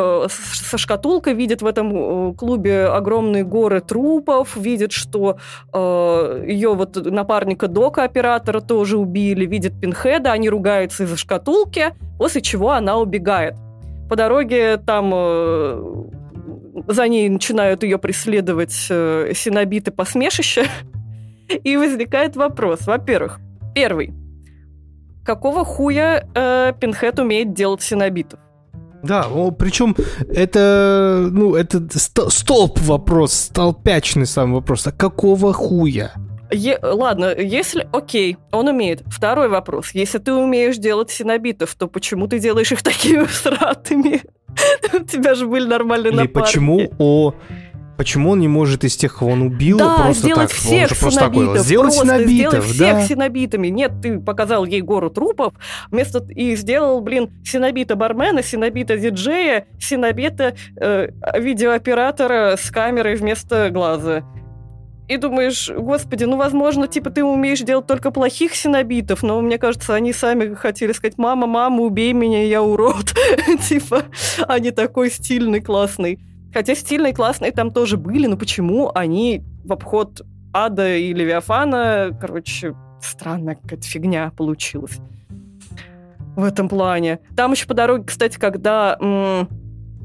[SPEAKER 2] со шкатулкой, видит в этом клубе огромные горы трупов, видит, что э, ее вот напарника Дока, оператора, тоже убили, видит Пинхеда, они ругаются из-за шкатулки, после чего она убегает. По дороге там... Э, за ней начинают ее преследовать э, синобиты-посмешища. И возникает вопрос. Во-первых, первый. Какого хуя э, Пинхед умеет делать синобитов?
[SPEAKER 1] Да, о, причем это, ну, это столб вопрос, столпячный сам вопрос. А какого хуя?
[SPEAKER 2] Е- ладно, если... Окей, он умеет. Второй вопрос. Если ты умеешь делать синобитов, то почему ты делаешь их такими всратыми? У тебя же были нормальные напарники.
[SPEAKER 1] Или почему о... Почему он не может из тех, кого он убил,
[SPEAKER 2] да,
[SPEAKER 1] просто
[SPEAKER 2] сделать
[SPEAKER 1] так?
[SPEAKER 2] Всех
[SPEAKER 1] он же просто
[SPEAKER 2] синобитов,
[SPEAKER 1] сделать
[SPEAKER 2] просто
[SPEAKER 1] синобитов,
[SPEAKER 2] сделать
[SPEAKER 1] да.
[SPEAKER 2] всех синобитами. Нет, ты показал ей гору трупов, вместо и сделал, блин, синобита бармена, синобита диджея, синобита э, видеооператора с камерой вместо глаза. И думаешь, господи, ну, возможно, типа, ты умеешь делать только плохих синобитов, но мне кажется, они сами хотели сказать: «Мама, мама, убей меня, я урод». Типа, а не такой стильный, классный. Хотя стильные, классные там тоже были, но почему они в обход Ада и Левиафана, короче, странная какая-то фигня получилась в этом плане. Там еще по дороге, кстати, когда м-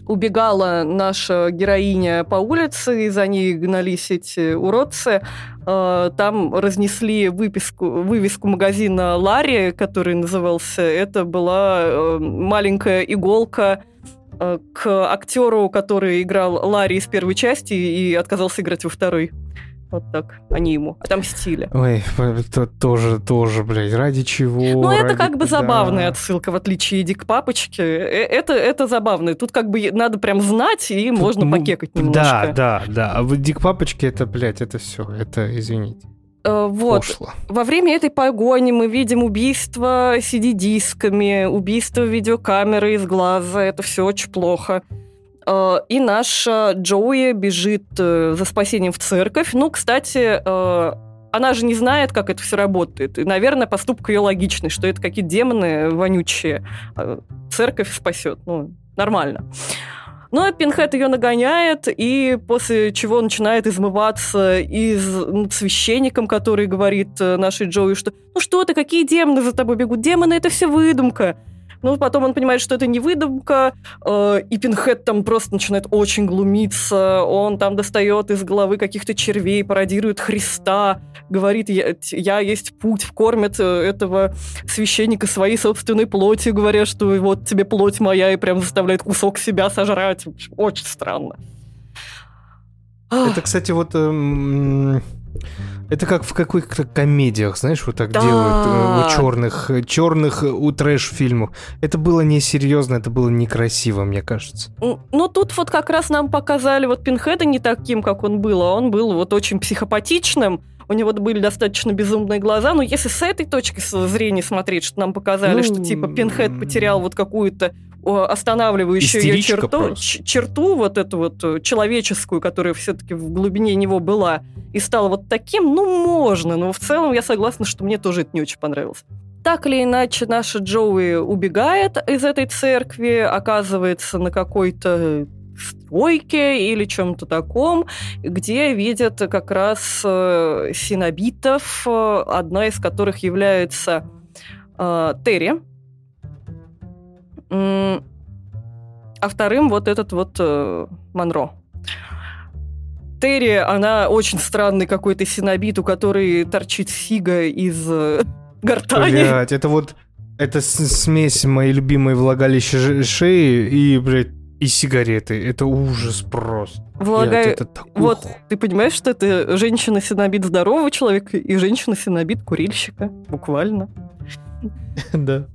[SPEAKER 2] убегала наша героиня по улице, и за ней гнались эти уродцы. Там разнесли выписку, вывеску магазина «Ларри», который назывался. Это была маленькая иголка к актеру, который играл Ларри из первой части и отказался играть во второй. Вот так. Они ему отомстили.
[SPEAKER 1] Ой, это тоже, тоже, блядь, ради чего?
[SPEAKER 2] Ну, это
[SPEAKER 1] ради...
[SPEAKER 2] как бы забавная отсылка, в отличие Дик Папочки. Это, это забавно. Тут как бы надо прям знать, и Тут, можно ну, покекать немножко.
[SPEAKER 1] Да, да, да. А вот Дик Папочки, это, блядь, это все. Это, извините.
[SPEAKER 2] Вот.
[SPEAKER 1] Пошло.
[SPEAKER 2] Во время этой погони мы видим убийство си ди-дисками, убийство видеокамеры из глаза. Это все очень плохо. И наша Джоуи бежит за спасением в церковь. Ну, кстати, она же не знает, как это все работает. И, наверное, поступок ее логичный, что это какие-то демоны вонючие. Церковь спасет. Ну, нормально. Но Пинхед ее нагоняет, и после чего начинает измываться из над священником, который говорит нашей Джоуи, что «Ну что ты, какие демоны за тобой бегут? Демоны — это все выдумка». Ну, потом он понимает, что это не выдумка, э, и Пинхед там просто начинает очень глумиться. Он там достает из головы каких-то червей, пародирует Христа, говорит, я, я есть путь, кормит этого священника своей собственной плотью, говоря, что вот тебе плоть моя, и прям заставляет кусок себя сожрать. Очень странно.
[SPEAKER 1] Это, кстати, вот... Эм... Это как в каких-то комедиях, знаешь, вот так
[SPEAKER 2] да.
[SPEAKER 1] делают, у черных, черных у трэш-фильмов. Это было несерьезно, это было некрасиво, мне кажется.
[SPEAKER 2] Ну, тут вот как раз нам показали вот Пинхеда не таким, как он был, а он был вот очень психопатичным. У него были достаточно безумные глаза, но если с этой точки зрения смотреть, что нам показали, ну, что типа Пинхед потерял вот какую-то останавливающую ее черту, черту, вот эту вот человеческую, которая все-таки в глубине него была, и стал вот таким, ну, можно, но в целом я согласна, что мне тоже это не очень понравилось. Так или иначе, наша Джоуи убегает из этой церкви, оказывается на какой-то стройке или чем-то таком, где видят как раз синобитов, одна из которых является э, Терри, а вторым вот этот вот э, Монро. Терри, она очень странный какой-то синобит, у которой торчит фига из э, гортани.
[SPEAKER 1] Блядь, это вот это смесь моей любимой влагалища шеи и, блядь, и сигареты. Это ужас просто.
[SPEAKER 2] Влага... Это так... Вот, ты понимаешь, что это женщина-синобит здорового человека и женщина-синобит курильщика. Буквально.
[SPEAKER 1] Да.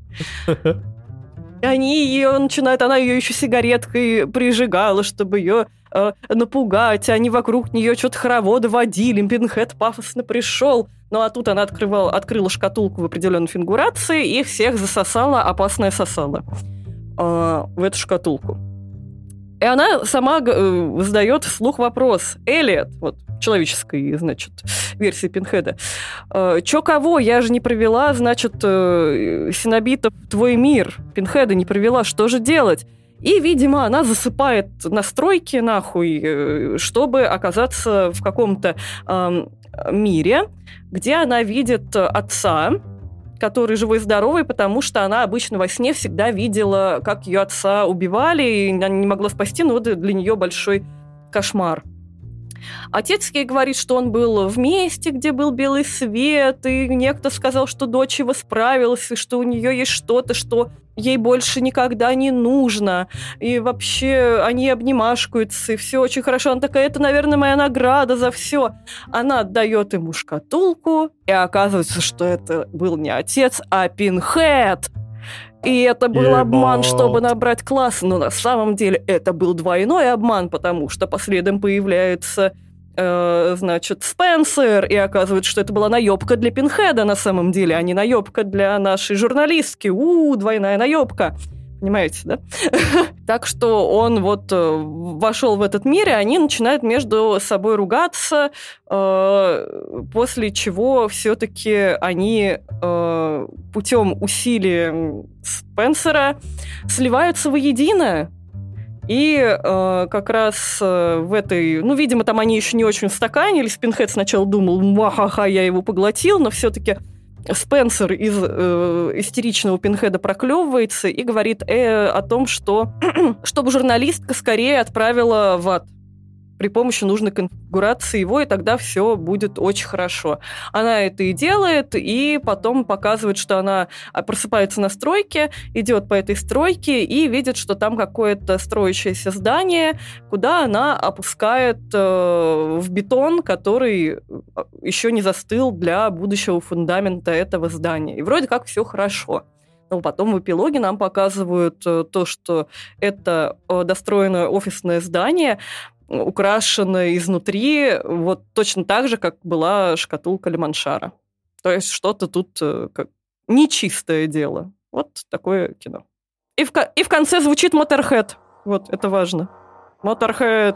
[SPEAKER 2] И они ее начинают, она ее еще сигареткой прижигала, чтобы ее э, напугать. Они вокруг нее что-то хороводы водили. Пинхед пафосно пришел. Ну а тут она открывала, открыла шкатулку в определенной конфигурации и всех засосала, опасное сосало э, в эту шкатулку. И она сама э, задает вслух вопрос. Элиот, вот человеческой, значит, версии Пинхеда. Э, чё кого? Я же не провела, значит, э, синобитов в твой мир. Пинхеда не провела. Что же делать? И, видимо, она засыпает настройки нахуй, э, чтобы оказаться в каком-то э, мире, где она видит отца, который живой-здоровый, потому что она обычно во сне всегда видела, как ее отца убивали, и она не могла спасти, но вот для нее большой кошмар. Отец ей говорит, что он был в месте, где был белый свет, и некто сказал, что дочь его справилась, и что у нее есть что-то, что ей больше никогда не нужно. И вообще они обнимашкаются, и все очень хорошо. Она такая, это, наверное, моя награда за все. Она отдает ему шкатулку, и оказывается, что это был не отец, а Пинхед. И это был
[SPEAKER 1] Ебать.
[SPEAKER 2] обман, чтобы набрать класс. Но на самом деле это был двойной обман, потому что последом появляется, э, значит, Спенсер, и оказывается, что это была наебка для Пинхеда на самом деле, а не наебка для нашей журналистки. У, двойная наебка. Понимаете, да? Так что он вот вошел в этот мир, и они начинают между собой ругаться, после чего все-таки они путем усилий Спенсера сливаются воедино. И э, как раз э, в этой... Ну, видимо, там они еще не очень устаканились. Пинхед сначала думал, ха-ха, я его поглотил, но все-таки Спенсер из э, истеричного пинхеда проклевывается и говорит э, о том, что чтобы журналистка скорее отправила в ад при помощи нужной конфигурации его, и тогда все будет очень хорошо. Она это и делает, и потом показывает, что она просыпается на стройке, идет по этой стройке и видит, что там какое-то строящееся здание, куда она опускает э, в бетон, который еще не застыл для будущего фундамента этого здания. И вроде как все хорошо. Но потом в эпилоге нам показывают то, что это достроенное офисное здание, украшена изнутри вот точно так же, как была шкатулка Лимоншара. То есть что-то тут как нечистое дело. Вот такое кино. И в, и в конце звучит Motorhead. Вот, это важно. Motorhead.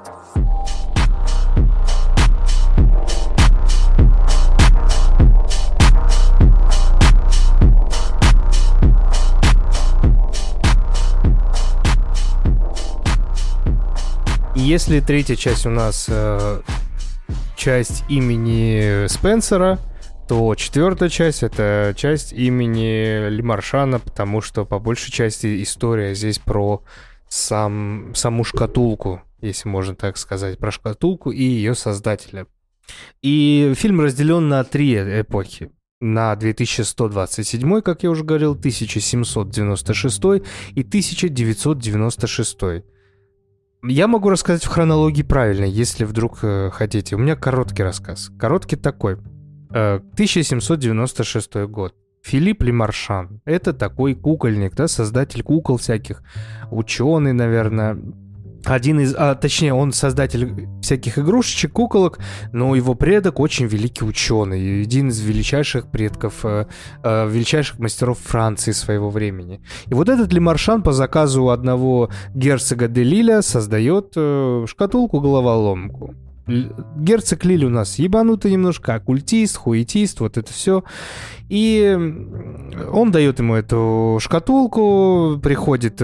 [SPEAKER 1] Если третья часть у нас э, часть имени Спенсера, то четвертая часть — это часть имени Лимаршана, потому что по большей части история здесь про сам, саму шкатулку, если можно так сказать, про шкатулку и ее создателя. И фильм разделен на три эпохи. На две тысячи сто двадцать седьмой, как я уже говорил, тысяча семьсот девяносто шестой и тысяча девятьсот девяносто шестой. Я могу рассказать в хронологии правильно, если вдруг э, хотите. У меня короткий рассказ. Короткий такой. Э, тысяча семьсот девяносто шестой год. Филипп Лимаршан. Это такой кукольник, да, создатель кукол всяких. Ученый, наверное. Один из... А, точнее, он создатель всяких игрушечек, куколок, но его предок очень великий ученый. Один из величайших предков, э, э, величайших мастеров Франции своего времени. И вот этот Лимаршан по заказу одного герцога де Лиля создает э, шкатулку-головоломку. Герцог Лиль у нас ебанутый немножко, оккультист, хуетист, вот это все. И он дает ему эту шкатулку, приходит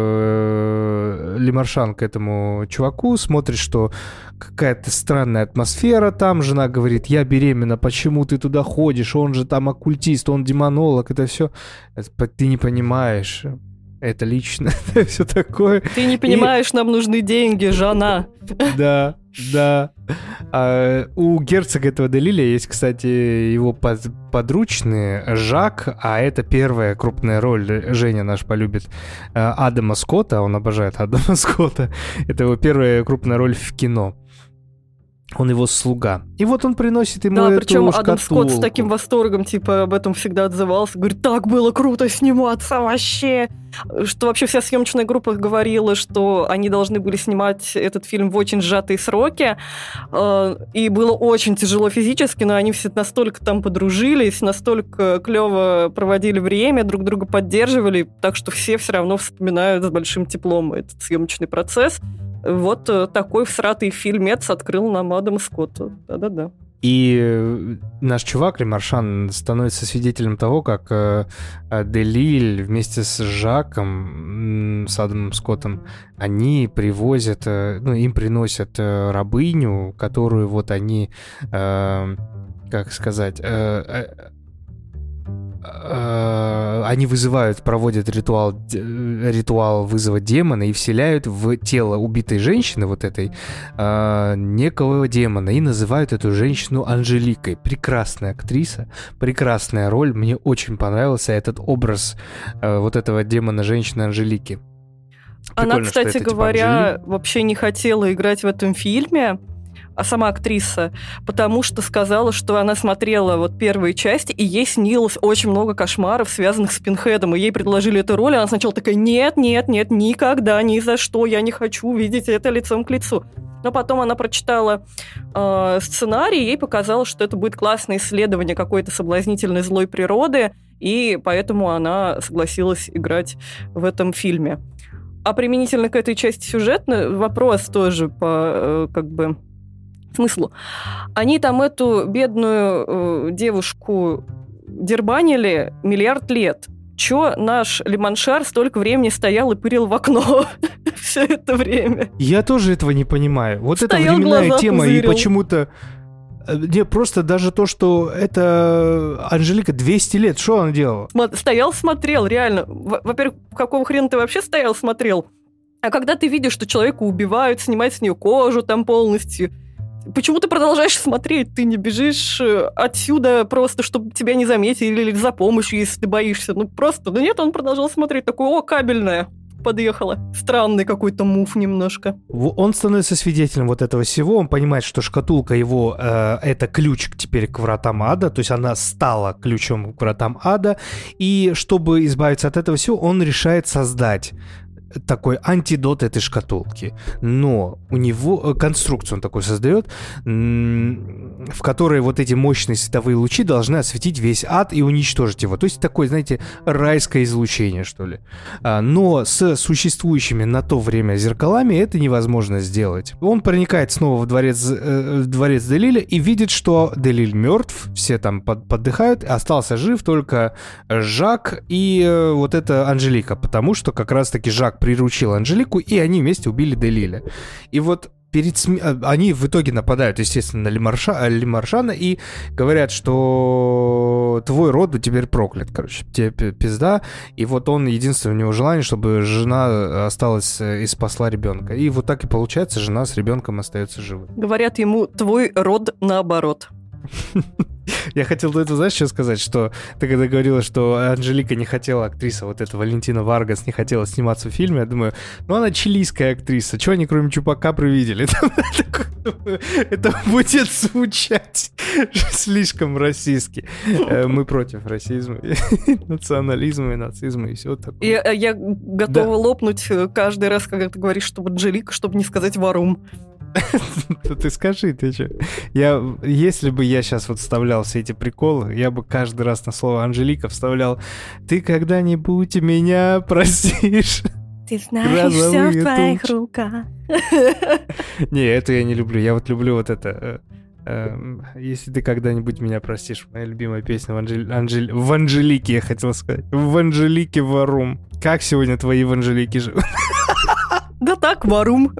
[SPEAKER 1] э, Лимаршан к этому чуваку, смотрит, что какая-то странная атмосфера там. Жена говорит: я беременна, почему ты туда ходишь? Он же там оккультист, он демонолог, это все. Ты не понимаешь. Это лично, все такое.
[SPEAKER 2] Ты не понимаешь, и... нам нужны деньги, жена.
[SPEAKER 1] Да, да. А, у герцога этого де Лиля есть, кстати, его под, подручный Жак, а это первая крупная роль, Женя наш полюбит, Адама Скотта, он обожает Адама Скотта. Это его первая крупная роль в кино. Он его слуга. И вот он приносит ему
[SPEAKER 2] да,
[SPEAKER 1] эту
[SPEAKER 2] причем
[SPEAKER 1] шкатулку.
[SPEAKER 2] Адам Скотт с таким восторгом, типа, об этом всегда отзывался. Говорит, так было круто сниматься вообще. Что вообще вся съемочная группа говорила, что они должны были снимать этот фильм в очень сжатые сроки. И было очень тяжело физически, но они все настолько там подружились, настолько клево проводили время, друг друга поддерживали, так что все все равно вспоминают с большим теплом этот съемочный процесс. Вот такой всратый фильмец открыл нам Адам Скотт. Да-да-да.
[SPEAKER 1] И наш чувак, Лимаршан, становится свидетелем того, как э, де Лиль вместе с Жаком, с Адамом Скоттом, они привозят, э, ну, им приносят э, рабыню, которую вот они, э, как сказать... Э, э, они вызывают, проводят ритуал, ритуал вызова демона и вселяют в тело убитой женщины, вот этой, некого демона, и называют эту женщину Анжеликой. Прекрасная актриса, прекрасная роль. Мне очень понравился этот образ вот этого демона-женщины Анжелики.
[SPEAKER 2] Прикольно, она, кстати это, говоря, типа, вообще не хотела играть в этом фильме, а сама актриса, потому что сказала, что она смотрела вот первые части, и ей снилось очень много кошмаров, связанных с Пинхедом, и ей предложили эту роль, и она сначала такая: нет, нет, нет, никогда, ни за что, я не хочу видеть это лицом к лицу. Но потом она прочитала э, сценарий, и ей показалось, что это будет классное исследование какой-то соблазнительной злой природы, и поэтому она согласилась играть в этом фильме. А применительно к этой части сюжетный вопрос тоже по, э, как бы, смыслу. Они там эту бедную э, девушку дербанили миллиард лет. Чё наш Лимоншар столько времени стоял и пырил в окно все это время?
[SPEAKER 1] Я тоже этого не понимаю. Вот
[SPEAKER 2] Стоял,
[SPEAKER 1] это временная тема,
[SPEAKER 2] пузырил.
[SPEAKER 1] И почему-то Не, просто даже то, что это Анжелика двести лет, что она делала?
[SPEAKER 2] Стоял, смотрел, реально. Во-первых, какого хрена ты вообще стоял, смотрел? А когда ты видишь, что человека убивают, снимают с нее кожу там полностью, почему ты продолжаешь смотреть? Ты не бежишь отсюда просто, чтобы тебя не заметили, или за помощью, если ты боишься. Ну просто, ну нет, он продолжал смотреть, такой, о, кабельная. Подъехала. Странный какой-то мув немножко.
[SPEAKER 1] Он становится свидетелем вот этого всего, он понимает, что шкатулка его э, это ключ теперь к вратам ада, то есть она стала ключом к вратам ада, и чтобы избавиться от этого всего, он решает создать такой антидот этой шкатулки. Но у него конструкцию он такой создает, в которой вот эти мощные световые лучи должны осветить весь ад и уничтожить его. То есть такое, знаете, райское излучение, что ли. Но с существующими на то время зеркалами это невозможно сделать. Он проникает снова в дворец, в дворец Делиля и видит, что Делиль мертв, все там под, подыхают, остался жив только Жак и вот эта Анжелика, потому что как раз-таки Жак приручил Анжелику, и они вместе убили Делиля. И вот перед см... они в итоге нападают, естественно, на Лемарша... Лемаршана и говорят, что твой род теперь проклят, короче, тебе пизда. И вот он, единственное у него желание, чтобы жена осталась и спасла ребенка. И вот так и получается, жена с ребенком остается живой.
[SPEAKER 2] Говорят ему, твой род наоборот.
[SPEAKER 1] Я хотел до этого, знаешь, что сказать, что ты когда говорила, что Анжелика не хотела, актриса вот эта Валентина Варгас не хотела сниматься в фильме, я думаю, ну она чилийская актриса, что они кроме Чупакабры видели? Это будет звучать слишком российски. Мы против расизма, национализма и нацизма и все такое.
[SPEAKER 2] Я готова лопнуть каждый раз, когда ты говоришь, что Анжелика, чтобы не сказать Варум.
[SPEAKER 1] Ты скажи, ты что? Я, если бы я сейчас вот вставлял все эти приколы, я бы каждый раз на слово Анжелика вставлял «Ты когда-нибудь меня простишь?»
[SPEAKER 2] Ты знаешь, все в твоих руках.
[SPEAKER 1] Не, это я не люблю. Я вот люблю вот это... «Если ты когда-нибудь меня простишь». Моя любимая песня в, Анжель... Анжель... в Анжелике, я хотел сказать. В Анжелике Варум. Как сегодня твои в Анжелике живут?
[SPEAKER 2] Да так, Варум.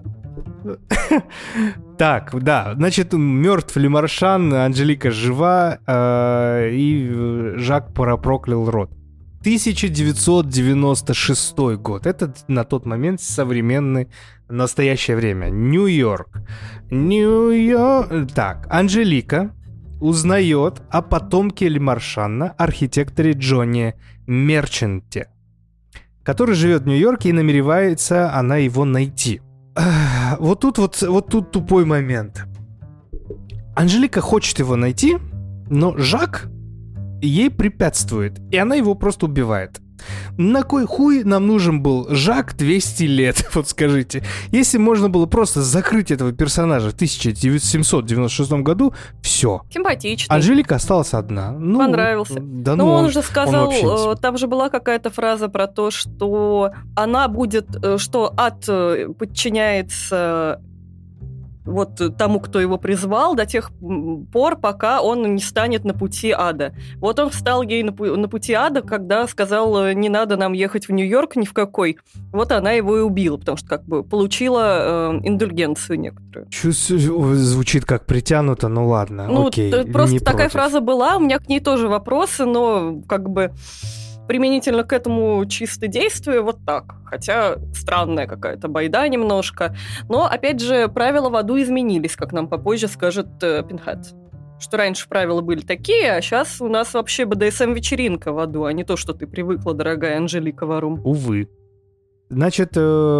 [SPEAKER 1] Так, да, значит, мертв Лемаршан, Анжелика жива, э, и Жак проклял род. тысяча девятьсот девяносто шестой год. Это на тот момент современный, настоящее время. Нью-Йорк. Нью-Йорк. Так, Анжелика узнает о потомке Лемаршана, архитекторе Джонни Мерчанте, который живет в Нью-Йорке, и намеревается она его найти. Вот тут вот, вот тут тупой момент. Анжелика хочет его найти, но Жак ей препятствует, и она его просто убивает. На кой хуй нам нужен был Жак двести лет, вот скажите. Если можно было просто закрыть этого персонажа в тысяча семьсот девяносто шестом году, все.
[SPEAKER 2] Симпатичный.
[SPEAKER 1] Анжелика осталась одна. Ну,
[SPEAKER 2] понравился.
[SPEAKER 1] Да,
[SPEAKER 2] ну,
[SPEAKER 1] ну,
[SPEAKER 2] он, он же сказал,
[SPEAKER 1] он
[SPEAKER 2] там же была какая-то фраза про то, что она будет, что ад подчиняется вот тому, кто его призвал, до тех пор, пока он не станет на пути ада. Вот он встал ей на, на пути ада, когда сказал, не надо нам ехать в Нью-Йорк ни в какой. Вот она его и убила, потому что как бы получила э, индульгенцию некоторую.
[SPEAKER 1] Чувствую, звучит как притянуто, ну ладно,
[SPEAKER 2] ну,
[SPEAKER 1] окей.
[SPEAKER 2] Просто
[SPEAKER 1] не
[SPEAKER 2] такая
[SPEAKER 1] против.
[SPEAKER 2] фраза была, у меня к ней тоже вопросы, но как бы применительно к этому чисто действию вот так. Хотя странная какая-то байда немножко. Но, опять же, правила в аду изменились, как нам попозже скажет э, Пинхед. Что раньше правила были такие, а сейчас у нас вообще бэ дэ эс эм-вечеринка в аду, а не то, что ты привыкла, дорогая Анжелика Варум.
[SPEAKER 1] Увы. Значит,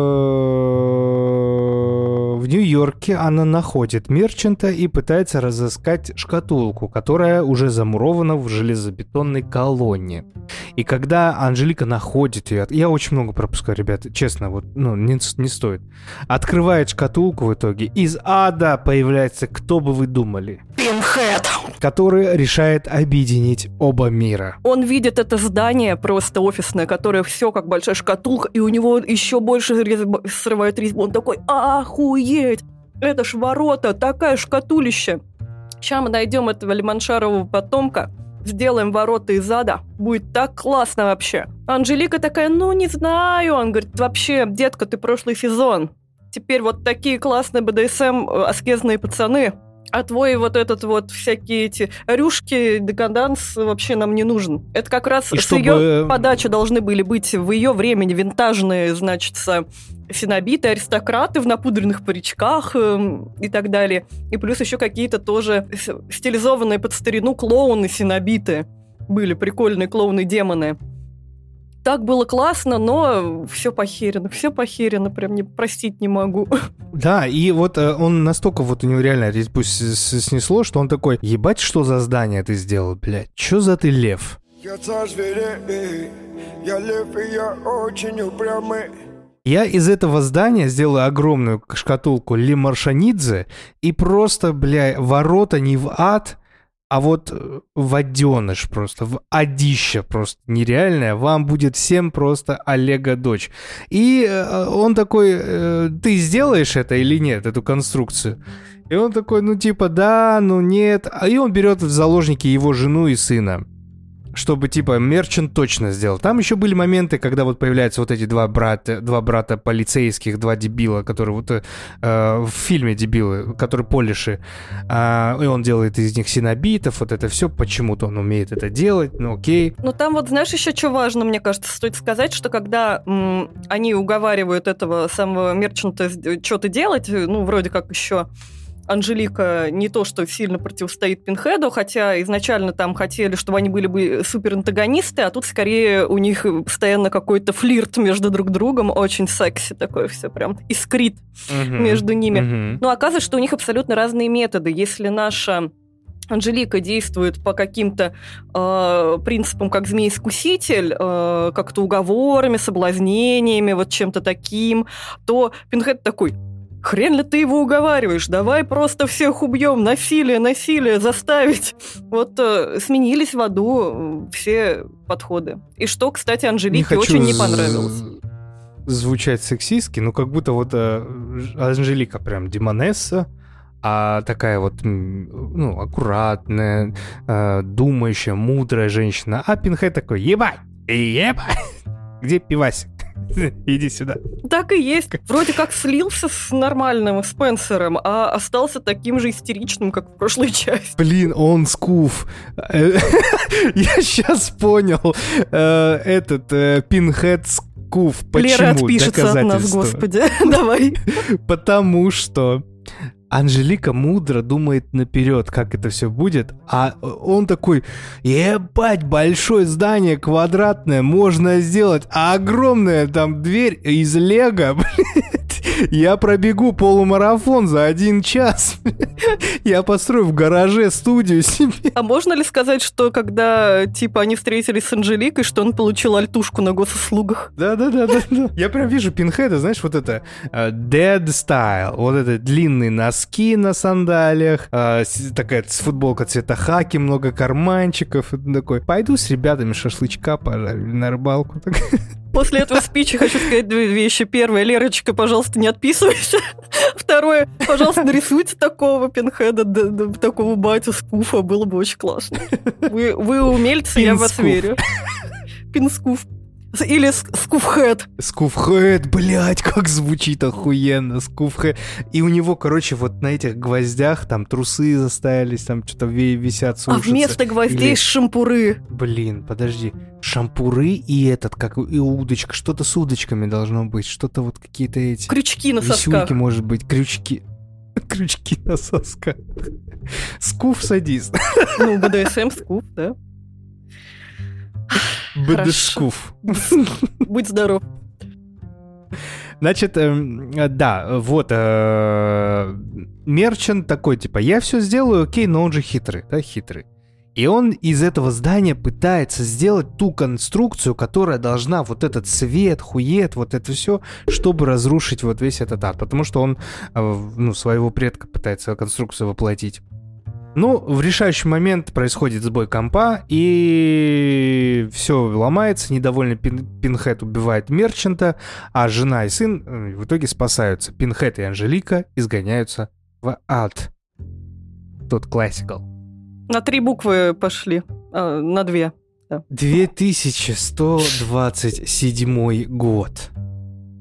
[SPEAKER 1] в Нью-Йорке она находит Мерчанта и пытается разыскать шкатулку, которая уже замурована в железобетонной колонне. И когда Анжелика находит ее... Я очень много пропускаю, ребята, честно, вот, ну, не, не стоит. Открывает шкатулку в итоге. Из ада появляется, кто бы вы думали?
[SPEAKER 2] Пинхед!
[SPEAKER 1] Который решает объединить оба мира.
[SPEAKER 2] Он видит это здание просто офисное, которое все как большая шкатулка, и у него еще больше резьба, срывает резьбу. Он такой, охуеть! Это ж ворота, такая шкатулища. Сейчас мы найдем этого лимоншарового потомка, сделаем ворота из ада. Будет так классно вообще. Анжелика такая, ну не знаю. Он говорит, вообще, детка, ты прошлый сезон. Теперь вот такие классные бэ дэ эс эм аскезные пацаны. а твой вот этот вот всякие эти рюшки, декаданс вообще нам не нужен. Это как раз
[SPEAKER 1] И
[SPEAKER 2] с
[SPEAKER 1] чтобы...
[SPEAKER 2] ее подачи должны были быть в ее времени винтажные, значит, синобиты, аристократы в напудренных паричках э, и так далее. И плюс еще какие-то тоже стилизованные под старину клоуны-синобиты. Были прикольные клоуны-демоны. Так было классно, но все похерено, все похерено, прям не простить не могу.
[SPEAKER 1] Да, и вот э, он настолько вот у него реально резьбу снесло, что он такой: ебать, что за здание ты сделал, блядь, чё за ты лев? Я царь зверей, я лев, и я очень упрямый. Я из этого здания сделаю огромную шкатулку Ли Маршанидзе и просто, бля, ворота не в ад, а вот в аденыш просто, в адище просто нереальное. Вам будет всем просто Олега дочь. И э, он такой: э, ты сделаешь это или нет, эту конструкцию? И он такой: ну типа да, ну нет. И он берет в заложники его жену и сына, чтобы, типа, Мерчант точно сделал. Там еще были моменты, когда вот появляются вот эти два брата, два брата полицейских, два дебила, которые вот э, в фильме дебилы, которые полиши, э, и он делает из них синобитов, вот это все, почему-то он умеет это делать, ну окей.
[SPEAKER 2] Ну там вот, знаешь, еще что важно, мне кажется, стоит сказать, что когда м, они уговаривают этого самого Мерчанта что-то делать, ну, вроде как еще... Анжелика не то, что сильно противостоит Пинхеду, хотя изначально там хотели, чтобы они были бы суперантагонисты, а тут скорее у них постоянно какой-то флирт между друг другом, очень секси такое все прям искрит uh-huh. между ними. Uh-huh. Но оказывается, что у них абсолютно разные методы. Если наша Анжелика действует по каким-то э, принципам, как змей-искуситель, э, как-то уговорами, соблазнениями, вот чем-то таким, то Пинхед такой: хрен ли ты его уговариваешь? Давай просто всех убьем. Насилие, насилие, заставить. Вот э, сменились в аду все подходы. И что, кстати, Анжелике не очень не понравилось.
[SPEAKER 1] Звучать сексистски, но как будто вот э, Анжелика прям демонесса, а такая вот, ну, аккуратная, э, думающая, мудрая женщина. А Пинхед такой: ебать, ебать, где пивасик? Иди сюда.
[SPEAKER 2] Так и есть. Вроде как слился с нормальным Спенсером, а остался таким же истеричным, как в прошлой части.
[SPEAKER 1] Блин, он скуф. Я сейчас понял. Этот Пинхед скуф. Почему?
[SPEAKER 2] Лера отпишется от нас, господи. Давай.
[SPEAKER 1] Потому что Анжелика мудро думает наперед, как это все будет, а он такой: ебать, большое здание квадратное можно сделать, а огромная там дверь из лего, блядь, я пробегу полумарафон за один час, я построю в гараже студию себе.
[SPEAKER 2] А можно ли сказать, что когда, типа, они встретились с Анжеликой, что он получил альтушку на госуслугах?
[SPEAKER 1] Да-да-да. Я прям вижу Пинхеда, знаешь, вот это uh, dead style, вот это длинные носки на сандалиях, uh, такая футболка цвета хаки, много карманчиков, и такой: пойду с ребятами шашлычка пожарю на рыбалку.
[SPEAKER 2] После этого спича хочу сказать две вещи. Первое: Лерочка, пожалуйста, не отписывайся. Второе: пожалуйста, нарисуйте такого Пинхеда, да, да, такого батю скуфа, было бы очень классно. Вы, вы умельцы, я в вас верю. Пинскуф. Или скуфхед.
[SPEAKER 1] Скуфхед, блядь, как звучит охуенно, скуфхед. И у него, короче, вот на этих гвоздях там трусы застоялись, там что-то висят, сушатся.
[SPEAKER 2] А вместо гвоздей Или... шампуры.
[SPEAKER 1] Блин, подожди. Шампуры и этот, как и удочка. Что-то с удочками должно быть. Что-то вот какие-то эти...
[SPEAKER 2] Крючки на сосках.
[SPEAKER 1] Висюльки, может быть, крючки. Крючки на сосках. Скуф-садист.
[SPEAKER 2] Ну, БДСМ скуф, да.
[SPEAKER 1] БДСКуф.
[SPEAKER 2] Будь здоров.
[SPEAKER 1] Значит, э, да, вот, э, Мерчант такой, типа, я все сделаю, окей, но он же хитрый, да, хитрый. И он из этого здания пытается сделать ту конструкцию, которая должна вот этот свет, хует, вот это все, чтобы разрушить вот весь этот ад. Потому что он, э, ну, своего предка пытается конструкцию воплотить. Ну, в решающий момент происходит сбой компа, и все ломается, недовольный Пин, Пинхед убивает Мерчанта, а жена и сын в итоге спасаются. Пинхед и Анжелика изгоняются в ад. Тут классикал.
[SPEAKER 2] На три буквы пошли, а, на две. Да.
[SPEAKER 1] две тысячи сто двадцать седьмой год.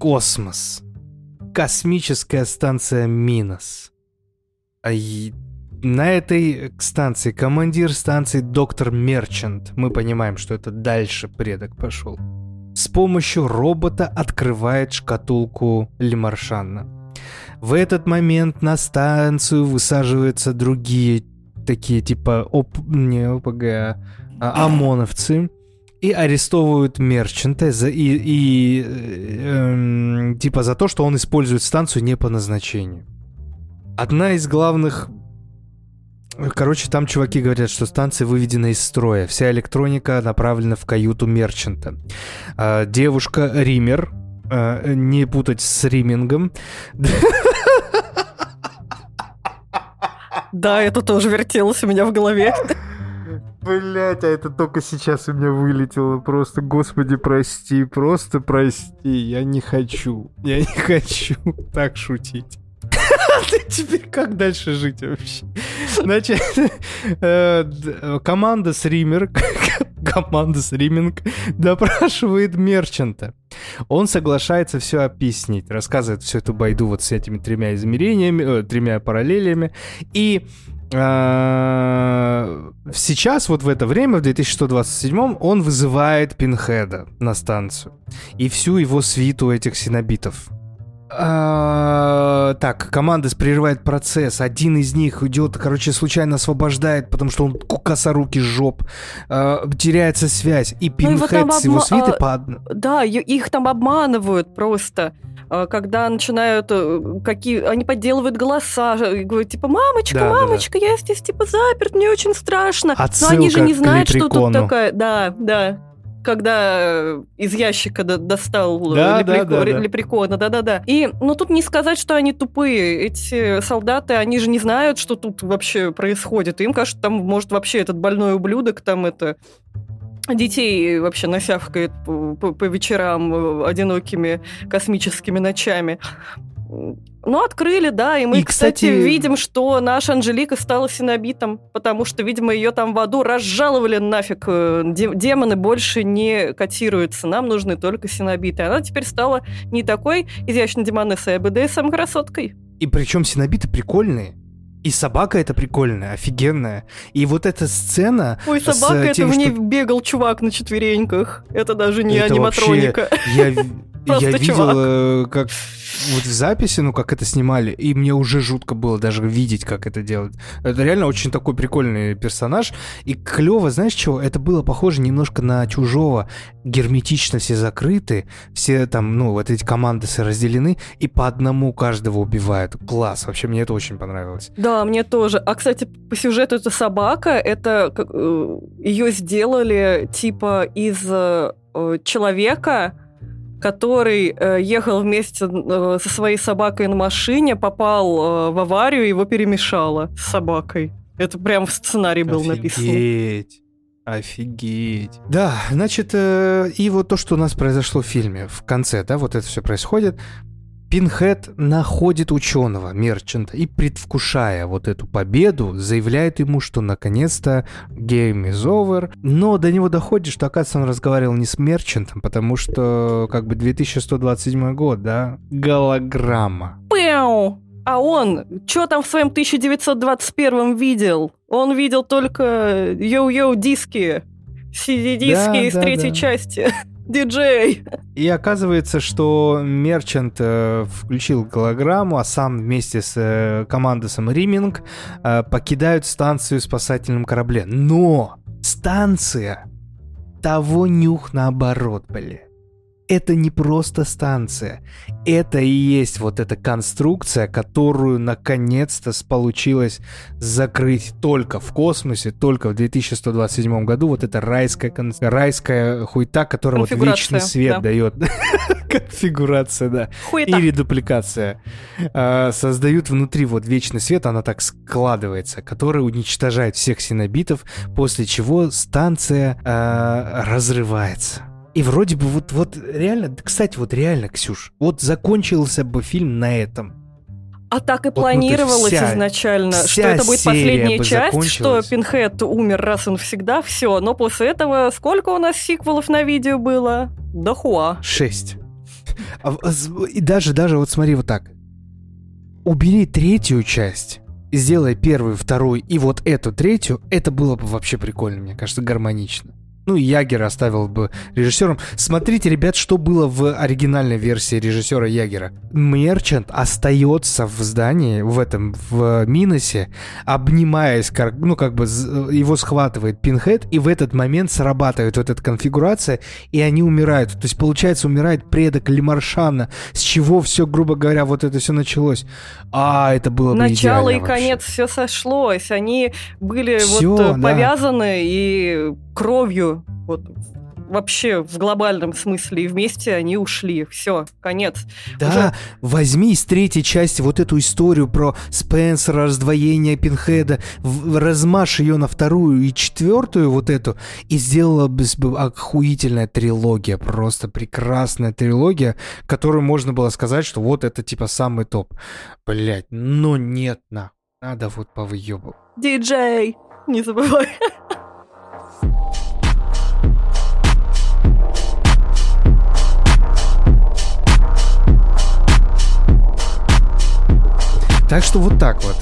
[SPEAKER 1] Космос. Космическая станция Минос. А и... На этой станции командир станции доктор Мерчант, мы понимаем, что это дальше предок пошел, с помощью робота открывает шкатулку Лемаршана. В этот момент на станцию высаживаются другие такие типа оп... не ОПГ, а ОМОНовцы и арестовывают Мерчанта за... и, и э, э, типа за то, что он использует станцию не по назначению. Одна из главных... Короче, там чуваки говорят, что станция выведена из строя. Вся электроника направлена в каюту Мерчанта. А, девушка Ример, а, не путать с Римингом.
[SPEAKER 2] Да, это тоже вертелось у меня в голове.
[SPEAKER 1] Блять, а это только сейчас у меня вылетело. Просто, господи, прости, просто прости. Я не хочу, я не хочу так шутить. Ты теперь как дальше жить вообще? Значит, команда с Ример, команда с Риминг допрашивает Мерчанта. Он соглашается все объяснить, рассказывает всю эту байду вот с этими тремя измерениями, тремя параллелями. И сейчас, вот в это время, в две тысячи сто двадцать седьмом, он вызывает Пинхеда на станцию и всю его свиту этих синобитов. А, так, команда прерывает процесс. Один из них идет, короче, случайно освобождает, потому что он косорукий жоп. А, теряется связь. И Пинхед ну, с его обма... свиты по...
[SPEAKER 2] Да, их там обманывают просто. Когда начинают какие... Они подделывают голоса, говорят, типа, мамочка, да, мамочка, да, да. Я здесь, типа, заперт, мне очень страшно.
[SPEAKER 1] Отсылка.
[SPEAKER 2] Но они же не знают, что тут такая... Да, да. Когда из ящика до- достал да, лепреко- да, да, да. лепрекона, да-да-да. И, ну, тут не сказать, что они тупые. Эти солдаты, они же не знают, что тут вообще происходит. Им кажется, там, может, вообще этот больной ублюдок там это... детей вообще насявкает по, по, по вечерам одинокими космическими ночами. Ну, открыли, да, и мы, и, кстати, кстати, видим, что наша Анжелика стала синобитом, потому что, видимо, ее там в аду разжаловали нафиг. Демоны больше не котируются, нам нужны только синобиты. Она теперь стала не такой изящной демонессой, а бэ дэ эс эм-красоткой.
[SPEAKER 1] И причем синобиты прикольные. И собака эта прикольная, офигенная. И вот эта сцена...
[SPEAKER 2] Ой, собака, это тем, в ней что... бегал чувак на четвереньках. Это даже не это аниматроника.
[SPEAKER 1] Я, я видел, как вот в записи, ну, как это снимали, и мне уже жутко было даже видеть, как это делать. Это реально очень такой прикольный персонаж. И клево, знаешь чего? Это было похоже немножко на Чужого. Герметично все закрыты, все там, ну, вот эти команды разделены, и по одному каждого убивают. Класс, вообще мне это очень понравилось.
[SPEAKER 2] Да, мне тоже. А, кстати, по сюжету эта собака, это ее сделали типа из э, человека, который э, ехал вместе э, со своей собакой на машине, попал э, в аварию, его перемешало с собакой. Это прям в сценарии был написано.
[SPEAKER 1] Офигеть. Офигеть. Да, значит, э, и вот то, что у нас произошло в фильме, в конце, да, вот это все происходит. Пинхед находит ученого, Мерчанта, и, предвкушая вот эту победу, заявляет ему, что наконец-то game is over. Но до него доходит, что, оказывается, он разговаривал не с Мерчантом, потому что, как бы, две тысячи сто двадцать седьмой год, да? Голограмма.
[SPEAKER 2] Пэу! А он, что там в своем тысяча девятьсот двадцать первом видел? Он видел только йоу-йоу диски, си ди-диски да, из да, третьей да. части. Диджей!
[SPEAKER 1] И оказывается, что Мерчант э, включил голограмму, а сам вместе с э, командосом Риминг э, покидают станцию в спасательном корабле. Но станция того нюх наоборот, бля. Это не просто станция. Это и есть вот эта конструкция, которую наконец-то получилось закрыть только в космосе, только в две тысячи сто двадцать седьмом году. Вот эта райская, райская хуйта, которая вот вечный свет да. дает. Конфигурация, да. Хуйта. И редупликация. Создают внутри вот вечный свет, она так складывается, который уничтожает всех синобитов, после чего станция разрывается. И вроде бы вот, вот реально, кстати, вот реально, Ксюш, вот закончился бы фильм на этом.
[SPEAKER 2] А так и вот, планировалось ну, вся, изначально, вся что это будет последняя часть, что Пинхед умер раз и навсегда, все. Но после этого сколько у нас сиквелов на видео было? Да хуа.
[SPEAKER 1] Шесть. И даже, даже вот смотри вот так. Убери третью часть, сделай первую, вторую и вот эту третью, это было бы вообще прикольно, мне кажется, гармонично. Ну, и Ягера оставил бы режиссером. Смотрите, ребят, что было в оригинальной версии режиссера Ягера. Мерчант остается в здании, в этом, в Миносе, обнимаясь, ну, как бы его схватывает Пинхед, и в этот момент срабатывает вот эта конфигурация, и они умирают. То есть, получается, умирает предок Лемаршана, с чего все, грубо говоря, вот это все началось. А, это было бы
[SPEAKER 2] Начало
[SPEAKER 1] идеально
[SPEAKER 2] и конец,
[SPEAKER 1] вообще.
[SPEAKER 2] все сошлось. Они были
[SPEAKER 1] Всё,
[SPEAKER 2] вот
[SPEAKER 1] да.
[SPEAKER 2] повязаны и кровью, вот вообще в глобальном смысле, и вместе они ушли. Все, конец.
[SPEAKER 1] Да,
[SPEAKER 2] Уже...
[SPEAKER 1] возьми из третьей части вот эту историю про Спенсера, раздвоение Пинхеда, в- размажь ее на вторую и четвертую вот эту, и сделала бы с- бы охуительная трилогия, просто прекрасная трилогия, которую можно было сказать, что вот это типа самый топ. Блять, но нет, нахуй, надо вот повыебывать.
[SPEAKER 2] Диджей, не забывай.
[SPEAKER 1] Так что вот так вот.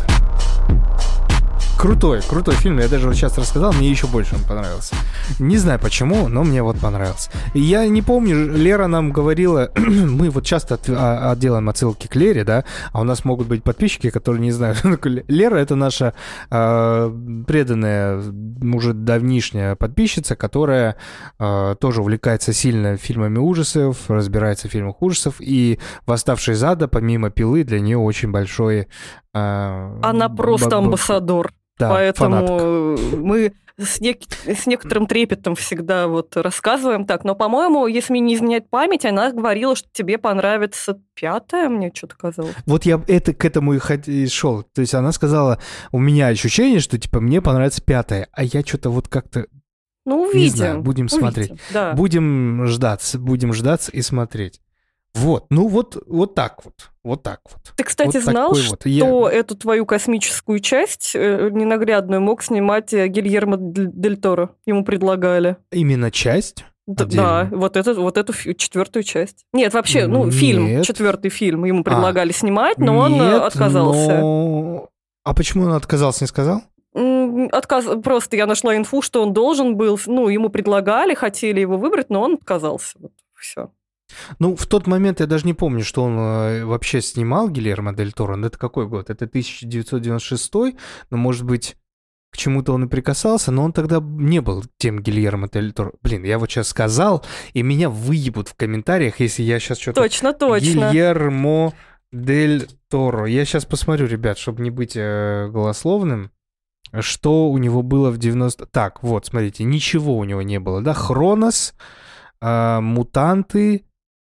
[SPEAKER 1] Крутой, крутой фильм. Я даже вот сейчас рассказал, мне еще больше он понравился. Не знаю почему, но мне вот понравился. Я не помню, Лера нам говорила, мы вот часто от, а, делаем отсылки к Лере, да, а у нас могут быть подписчики, которые не знают. Лера — это наша э, преданная, уже давнишняя подписчица, которая э, тоже увлекается сильно фильмами ужасов, разбирается в фильмах ужасов, и «Восставший из ада», помимо «Пилы», для нее очень большой... Э,
[SPEAKER 2] Она просто
[SPEAKER 1] б- б-
[SPEAKER 2] амбассадор.
[SPEAKER 1] Да,
[SPEAKER 2] Поэтому
[SPEAKER 1] фанатка.
[SPEAKER 2] мы с, нек- с некоторым трепетом всегда вот рассказываем так. Но, по-моему, если мне не изменяет память, она говорила, что тебе понравится пятая, мне что-то казалось.
[SPEAKER 1] Вот я это, к этому и, хот- и шел. То есть она сказала, у меня ощущение, что типа мне понравится пятая, а я что-то вот как-то...
[SPEAKER 2] Ну, увидим.
[SPEAKER 1] Не знаю, будем
[SPEAKER 2] увидим,
[SPEAKER 1] смотреть.
[SPEAKER 2] Да.
[SPEAKER 1] Будем ждаться, будем ждаться и смотреть. Вот, ну вот, вот так вот, вот так вот.
[SPEAKER 2] Ты, кстати,
[SPEAKER 1] Вот
[SPEAKER 2] знал,
[SPEAKER 1] такой
[SPEAKER 2] что
[SPEAKER 1] вот. Я-
[SPEAKER 2] эту твою космическую часть э, ненаглядную мог снимать э, Гильермо Дель Дель Торо? Ему предлагали.
[SPEAKER 1] Именно часть?
[SPEAKER 2] Д-
[SPEAKER 1] Отдельно?
[SPEAKER 2] Да, вот, это, вот эту фи- четвертую часть. Нет, вообще, ну, фильм,
[SPEAKER 1] Нет.
[SPEAKER 2] четвертый фильм ему
[SPEAKER 1] А,
[SPEAKER 2] предлагали снимать, но он э,
[SPEAKER 1] Нет,
[SPEAKER 2] отказался.
[SPEAKER 1] но... А почему он отказался, не сказал?
[SPEAKER 2] М, Отказ... Просто я нашла инфу, что он должен был, ну, ему предлагали, хотели его выбрать, но он отказался. Вот, все.
[SPEAKER 1] Ну, в тот момент я даже не помню, что он э, вообще снимал, Гильермо Дель Торо. Ну, это какой год? Это тысяча девятьсот девяносто шестой, но, может быть, к чему-то он и прикасался, но он тогда не был тем Гильермо Дель Торо. Блин, я вот сейчас сказал, и меня выебут в комментариях, если я сейчас что-то...
[SPEAKER 2] Точно, точно.
[SPEAKER 1] Гильермо Дель Торо. Я сейчас посмотрю, ребят, чтобы не быть э, голословным, что у него было в девяностом... Так, вот, смотрите, ничего у него не было, да? Хронос, э, Мутанты...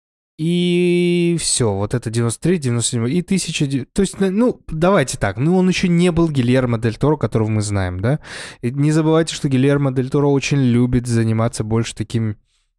[SPEAKER 1] И все, вот это девяносто три, девяносто семь и тысяча... То есть, ну, давайте так, ну, он еще не был Гильермо Дель Торо, которого мы знаем, да? И не забывайте, что Гильермо Дель Торо очень любит заниматься больше таким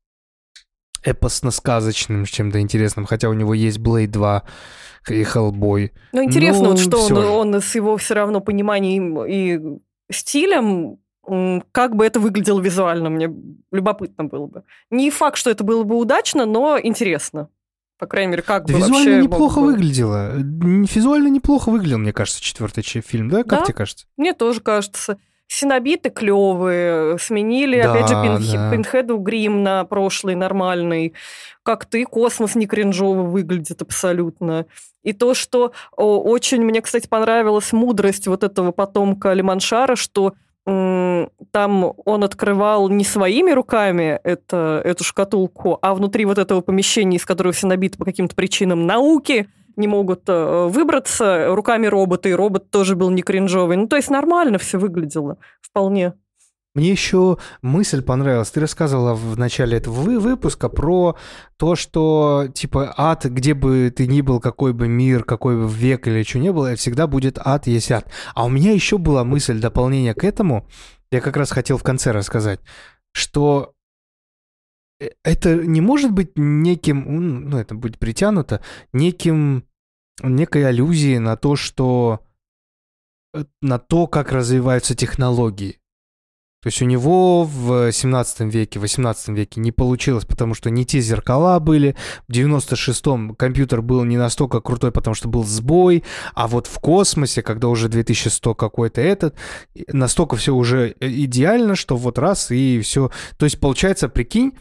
[SPEAKER 1] эпосно-сказочным чем-то интересным, хотя у него есть Блейд два и Хеллбой.
[SPEAKER 2] Ну, интересно,
[SPEAKER 1] Ну,
[SPEAKER 2] вот что
[SPEAKER 1] всё
[SPEAKER 2] он,
[SPEAKER 1] же.
[SPEAKER 2] он с его все равно пониманием и стилем, м, как бы это выглядело визуально, мне любопытно было бы. Не факт, что это было бы удачно, но интересно. По крайней мере, как
[SPEAKER 1] Да
[SPEAKER 2] бы
[SPEAKER 1] визуально
[SPEAKER 2] вообще
[SPEAKER 1] неплохо
[SPEAKER 2] могло бы.
[SPEAKER 1] выглядело. Н- Визуально неплохо выглядел, мне кажется, четвертый ч- фильм, да? Как
[SPEAKER 2] Да.
[SPEAKER 1] тебе кажется?
[SPEAKER 2] Мне тоже кажется. Синобиты клевые, сменили,
[SPEAKER 1] Да,
[SPEAKER 2] опять же, Пинхе-
[SPEAKER 1] да.
[SPEAKER 2] Пинхеду грим на прошлый нормальный. Как-то и космос не кринжово выглядит абсолютно. И то, что о, очень мне, кстати, понравилась мудрость вот этого потомка Лиманшара, что м, там он открывал не своими руками это, эту шкатулку, а внутри вот этого помещения, из которого синобиты по каким-то причинам науки не могут э, выбраться, руками робота, и робот тоже был не кринжовый. Ну, то есть нормально все выглядело, вполне.
[SPEAKER 1] Мне еще мысль понравилась. Ты рассказывала в начале этого вы- выпуска про то, что, типа, ад, где бы ты ни был, какой бы мир, какой бы век или что ни было, всегда будет ад, есть ад. А у меня еще была мысль дополнения к этому, я как раз хотел в конце рассказать, что э- это не может быть неким, м, ну, это будет притянуто, неким, некой аллюзией на то, что... э, на то, как развиваются технологии. То есть у него в семнадцатом веке, восемнадцатом веке не получилось, потому что не те зеркала были. В девяносто шестом компьютер был не настолько крутой, потому что был сбой. А вот в космосе, когда уже две тысячи сто какой-то этот, настолько все уже идеально, что вот раз и все. То есть получается, прикинь,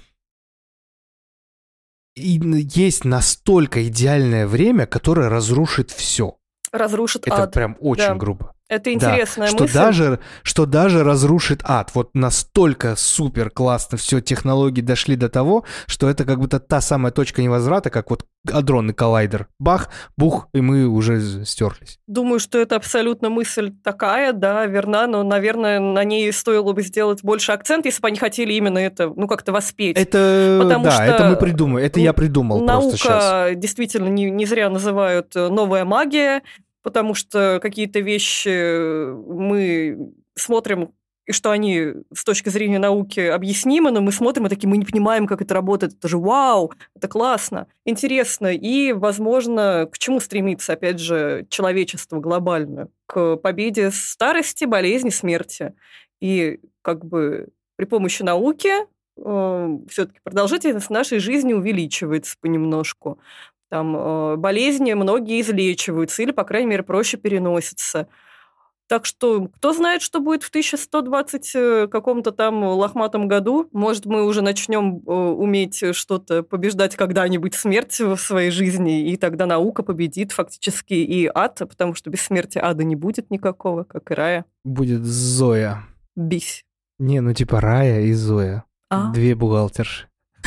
[SPEAKER 1] есть настолько идеальное время, которое разрушит все.
[SPEAKER 2] Разрушит
[SPEAKER 1] Это
[SPEAKER 2] ад.
[SPEAKER 1] прям очень
[SPEAKER 2] Да.
[SPEAKER 1] грубо.
[SPEAKER 2] Это интересная
[SPEAKER 1] да, что
[SPEAKER 2] мысль.
[SPEAKER 1] Даже, что даже разрушит ад. Вот настолько супер классно все, технологии дошли до того, что это как будто та самая точка невозврата, как вот адронный коллайдер. Бах, бух, и мы уже стерлись.
[SPEAKER 2] Думаю, что это абсолютно мысль такая, да, верна, но, наверное, на ней стоило бы сделать больше акцент, если бы они хотели именно это, ну, как-то воспеть.
[SPEAKER 1] Это,
[SPEAKER 2] Потому
[SPEAKER 1] да,
[SPEAKER 2] что
[SPEAKER 1] это мы придумали, это я придумал просто сейчас.
[SPEAKER 2] Наука действительно не, не зря называют новая магия, потому что какие-то вещи мы смотрим, и что они с точки зрения науки объяснимы, но мы смотрим и такие, мы не понимаем, как это работает. Это же вау, это классно, интересно. И, возможно, к чему стремится, опять же, человечество глобально? К победе старости, болезни, смерти. И как бы при помощи науки э, все-таки продолжительность нашей жизни увеличивается понемножку. Там э, болезни многие излечиваются или, по крайней мере, проще переносятся. Так что кто знает, что будет в тысяча сто двадцать каком-то там лохматом году. Может, мы уже начнем э, уметь что-то побеждать когда-нибудь смерть в своей жизни, и тогда наука победит фактически и ад, потому что без смерти ада не будет никакого, как и рая.
[SPEAKER 1] Будет Зоя.
[SPEAKER 2] Бись.
[SPEAKER 1] Не, ну типа Рая и Зоя.
[SPEAKER 2] А?
[SPEAKER 1] Две бухгалтерши.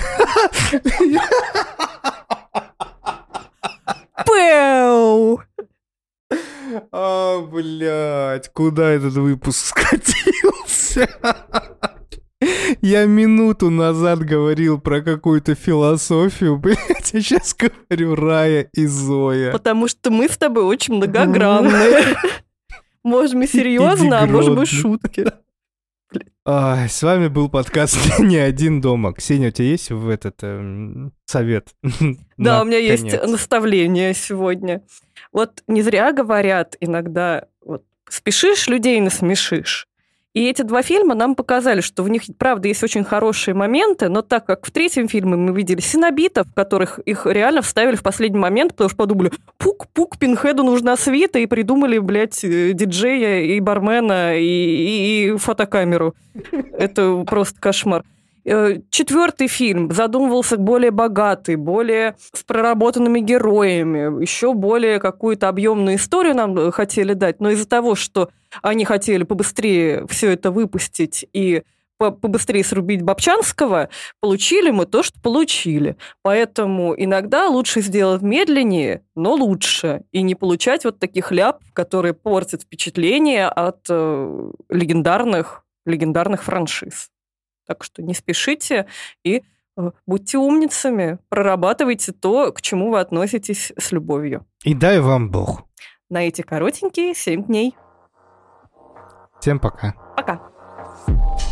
[SPEAKER 2] Пэу!
[SPEAKER 1] А, блядь, куда этот выпуск скатился? Я минуту назад говорил про какую-то философию, блядь, а сейчас говорю Рая и Зоя.
[SPEAKER 2] Потому что мы с тобой очень многогранные. Можем и серьезно, а можем и шутки.
[SPEAKER 1] А, с вами был подкаст «Не один дома». Ксения, у тебя есть в этот э, совет?
[SPEAKER 2] Да, у меня есть наставление сегодня. Вот не зря говорят иногда, вот, спешишь, людей насмешишь. И эти два фильма нам показали, что в них, правда, есть очень хорошие моменты, но так как в третьем фильме мы видели синобитов, которых их реально вставили в последний момент, потому что подумали, пук-пук, Пинхеду нужна свита, и придумали, блядь, диджея и бармена, и, и, и фотокамеру. Это просто кошмар. Четвертый фильм задумывался более богатый, более с проработанными героями, еще более какую-то объемную историю нам хотели дать, но из-за того, что они хотели побыстрее все это выпустить и побыстрее срубить Бабчанского, получили мы то, что получили. Поэтому иногда лучше сделать медленнее, но лучше, и не получать вот таких ляп, которые портят впечатление от э, легендарных, легендарных франшиз. Так что не спешите и э, будьте умницами, прорабатывайте то, к чему вы относитесь с любовью.
[SPEAKER 1] И дай вам Бог.
[SPEAKER 2] На эти коротенькие семь дней.
[SPEAKER 1] Всем пока.
[SPEAKER 2] Пока.